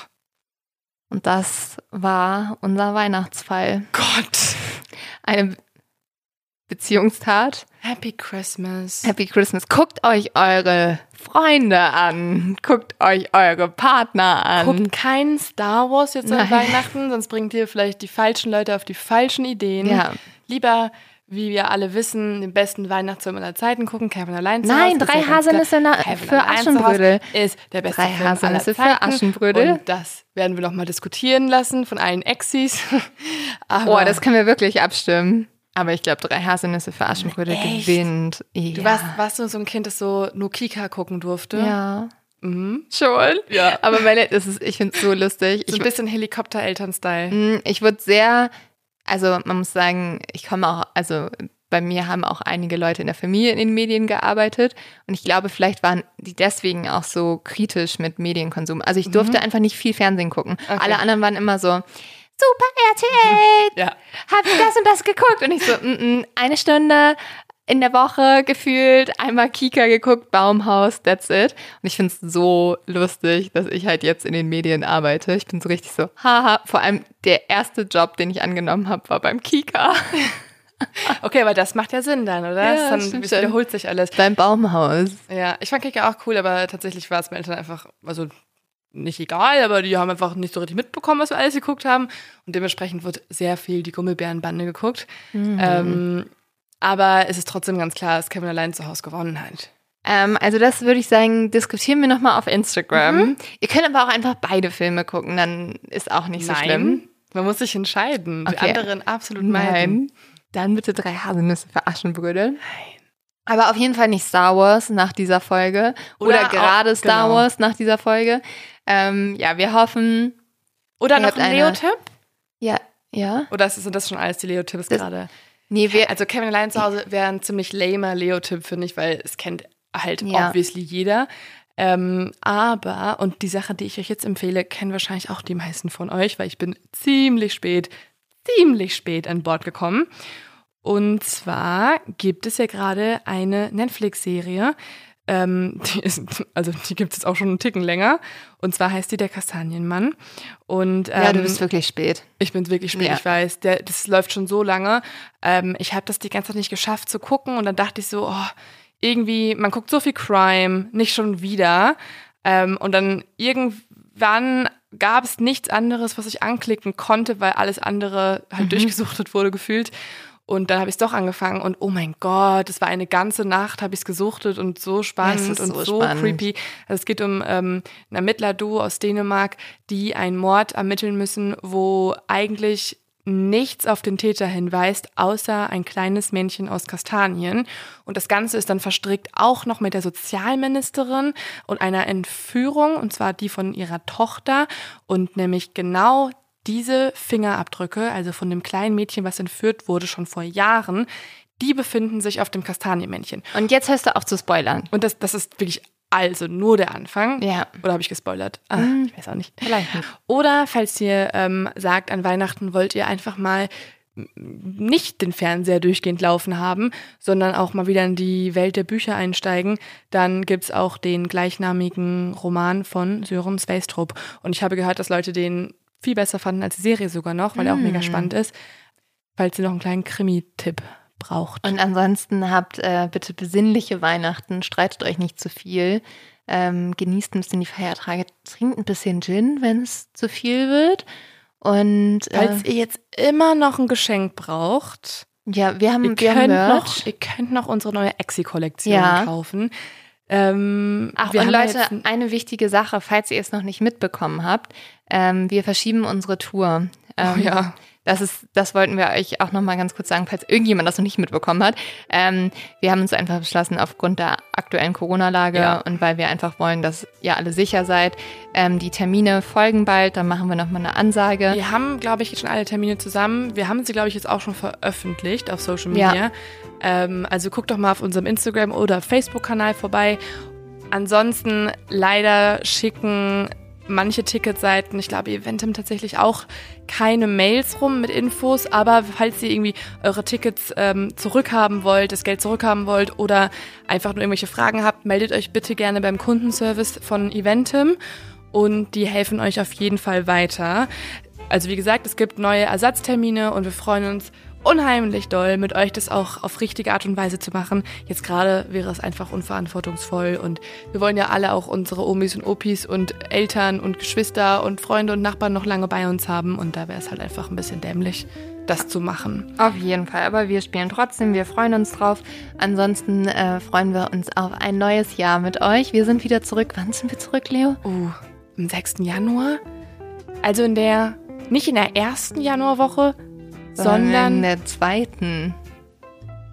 Und das war unser Weihnachtsfall. Gott. Eine Beziehungstat. Happy Christmas. Happy Christmas. Guckt euch eure Freunde an. Guckt euch eure Partner an. Guckt kein Star Wars jetzt an Weihnachten, sonst bringt ihr vielleicht die falschen Leute auf die falschen Ideen. Ja. Lieber, wie wir alle wissen, den besten Weihnachtsfilm aller Zeiten gucken, Kevin allein zu Nein, Hause. drei Haselnüsse na- für Aschenbrödel. Ist der beste Drei Film aller Haselnüsse Zeiten. für Aschenbrödel. Und das werden wir noch mal diskutieren lassen von allen Exis. Oh, das können wir wirklich abstimmen. Aber ich glaube, drei Haselnüsse für Aschenbrödel Echt? gewinnt. Ja. Du warst, warst du so ein Kind, das so nur Kika gucken durfte? Ja. Mhm. Schon? Ja. Aber meine, das ist, ich finde es so lustig. So ein Ich, bisschen Helikopter-Eltern-Style. ich würde sehr, also man muss sagen, ich komme auch, also bei mir haben auch einige Leute in der Familie in den Medien gearbeitet und ich glaube, vielleicht waren die deswegen auch so kritisch mit Medienkonsum. Also ich durfte mhm. einfach nicht viel Fernsehen gucken. Okay. Alle anderen waren immer so, super R T L, ja. hab das und das geguckt. Und ich so, mm, mm, eine Stunde in der Woche gefühlt, einmal Kika geguckt, Baumhaus, that's it. Und ich finde es so lustig, dass ich halt jetzt in den Medien arbeite. Ich bin so richtig so, haha. Vor allem der erste Job, den ich angenommen habe, war beim Kika. Okay, aber das macht ja Sinn dann, oder? Ja, dann wiederholt sich alles. Beim Baumhaus. Ja, ich fand Kika auch cool, aber tatsächlich war es meinen Eltern einfach, also nicht egal, aber die haben einfach nicht so richtig mitbekommen, was wir alles geguckt haben. Und dementsprechend wird sehr viel die Gummibärenbande geguckt. Mhm. Ähm, aber es ist trotzdem ganz klar, dass Kevin allein zu Hause gewonnen hat. Ähm, also das würde ich sagen, diskutieren wir nochmal auf Instagram. Mhm. Ihr könnt aber auch einfach beide Filme gucken, dann ist auch nicht so Nein, schlimm. Man muss sich entscheiden. Okay. Die anderen absolut meiden. Nein. Dann bitte drei Haselnüsse für Aschenbrödel. Nein. Aber auf jeden Fall nicht Star Wars nach dieser Folge. Oder, Oder gerade Star genau. Wars nach dieser Folge. Ähm, ja, wir hoffen. Oder noch ein Leo-Tipp? Ja, ja. Oder sind das schon alles die Leo-Tipps gerade? Nee, wir. Also Kevin allein zu Hause wäre ein ziemlich lamer Leo-Tipp, finde ich, weil es kennt halt ja. obviously jeder. Ähm, aber, und die Sache, die ich euch jetzt empfehle, kennen wahrscheinlich auch die meisten von euch, weil ich bin ziemlich spät, ziemlich spät an Bord gekommen. Und zwar gibt es ja gerade eine Netflix-Serie, ähm, die ist, also die gibt es jetzt auch schon einen Ticken länger. Und zwar heißt die Der Kastanienmann. Und, ähm, ja, du bist wirklich spät. Ich bin wirklich spät, ja. ich weiß. Der, das läuft schon so lange. Ähm, ich habe das die ganze Zeit nicht geschafft zu gucken. Und dann dachte ich so, oh, irgendwie, man guckt so viel Crime, nicht schon wieder. Ähm, und dann irgendwann gab es nichts anderes, was ich anklicken konnte, weil alles andere halt mhm. durchgesuchtet wurde, gefühlt. Und dann habe ich es doch angefangen und oh mein Gott, es war eine ganze Nacht, habe ich es gesuchtet und so spannend und so, so creepy. Also es geht um ähm, ein Ermittler-Duo aus Dänemark, die einen Mord ermitteln müssen, wo eigentlich nichts auf den Täter hinweist, außer ein kleines Männchen aus Kastanien. Und das Ganze ist dann verstrickt auch noch mit der Sozialministerin und einer Entführung, und zwar die von ihrer Tochter. Und nämlich genau diese Fingerabdrücke, also von dem kleinen Mädchen, was entführt wurde, schon vor Jahren, die befinden sich auf dem Kastanienmännchen. Und jetzt hörst du auf zu spoilern. Und das, das ist wirklich also nur der Anfang. Ja. Oder habe ich gespoilert? Ah, mm, ich weiß auch nicht. Vielleicht nicht. Oder falls ihr ähm, sagt, an Weihnachten wollt ihr einfach mal nicht den Fernseher durchgehend laufen haben, sondern auch mal wieder in die Welt der Bücher einsteigen, dann gibt's auch den gleichnamigen Roman von Sören Sveistrup. Und ich habe gehört, dass Leute den viel besser fanden als die Serie sogar noch, weil mm. er auch mega spannend ist. Falls ihr noch einen kleinen Krimi-Tipp braucht. Und ansonsten habt äh, bitte besinnliche Weihnachten, streitet euch nicht zu viel, ähm, genießt ein bisschen die Feiertage, trinkt ein bisschen Gin, wenn es zu viel wird. Und äh, falls ihr jetzt immer noch ein Geschenk braucht, ja, wir haben, ihr, wir könnt haben noch, ihr könnt noch unsere neue Exi-Kollektion ja. kaufen. Ähm, Ach, und Leute, eine wichtige Sache, falls ihr es noch nicht mitbekommen habt, ähm, wir verschieben unsere Tour. Ähm, oh ja. Das ist, das wollten wir euch auch noch mal ganz kurz sagen, falls irgendjemand das noch nicht mitbekommen hat. Ähm, wir haben uns einfach beschlossen, aufgrund der aktuellen Corona-Lage ja. und weil wir einfach wollen, dass ihr alle sicher seid. Ähm, die Termine folgen bald, dann machen wir noch mal eine Ansage. Wir haben, glaube ich, jetzt schon alle Termine zusammen. Wir haben sie, glaube ich, jetzt auch schon veröffentlicht auf Social Media. Ja. Ähm, also guckt doch mal auf unserem Instagram- oder Facebook-Kanal vorbei. Ansonsten leider schicken manche Ticketseiten, ich glaube Eventim tatsächlich auch, keine Mails rum mit Infos, aber falls ihr irgendwie eure Tickets ähm, zurückhaben wollt, das Geld zurückhaben wollt oder einfach nur irgendwelche Fragen habt, meldet euch bitte gerne beim Kundenservice von Eventim und die helfen euch auf jeden Fall weiter. Also wie gesagt, es gibt neue Ersatztermine und wir freuen uns unheimlich doll, mit euch das auch auf richtige Art und Weise zu machen. Jetzt gerade wäre es einfach unverantwortungsvoll und wir wollen ja alle auch unsere Omis und Opis und Eltern und Geschwister und Freunde und Nachbarn noch lange bei uns haben und da wäre es halt einfach ein bisschen dämlich, das zu machen. Auf jeden Fall, aber wir spielen trotzdem, wir freuen uns drauf. Ansonsten äh, freuen wir uns auf ein neues Jahr mit euch. Wir sind wieder zurück. Wann sind wir zurück, Leo? Uh, am sechsten Januar? Also in der, nicht in der ersten Januarwoche, sondern in der zweiten.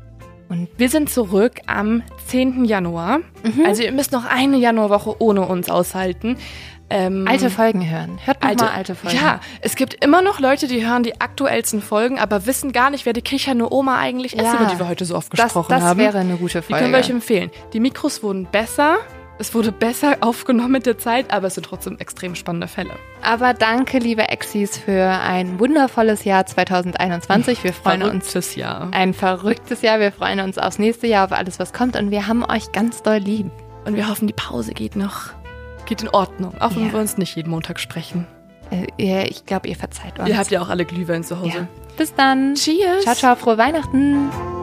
Und wir sind zurück am zehnten Januar. Mhm. Also ihr müsst noch eine Januarwoche ohne uns aushalten. Ähm, Alte Folgen hören. Hört noch alte, mal alte Folgen. Ja, es gibt immer noch Leute, die hören die aktuellsten Folgen, aber wissen gar nicht, wer die kichernde Oma eigentlich ist, Ja. über die wir heute so oft Das, gesprochen das haben. wäre eine gute Die Folge. können wir euch empfehlen. Die Mikros wurden besser, es wurde besser aufgenommen mit der Zeit, aber es sind trotzdem extrem spannende Fälle. Aber danke, liebe Exis, für ein wundervolles Jahr zwanzig einundzwanzig. Wir freuen uns. Verrücktes Jahr. Ein verrücktes Jahr. Wir freuen uns aufs nächste Jahr, auf alles, was kommt. Und wir haben euch ganz doll lieb. Und wir hoffen, die Pause geht noch. Geht in Ordnung, auch wenn Ja. wir uns nicht jeden Montag sprechen. Äh, ihr, ich glaube, ihr verzeiht uns. Ihr habt ja auch alle Glühwein zu Hause. ja. Bis dann. Cheers! Ciao, ciao, frohe Weihnachten.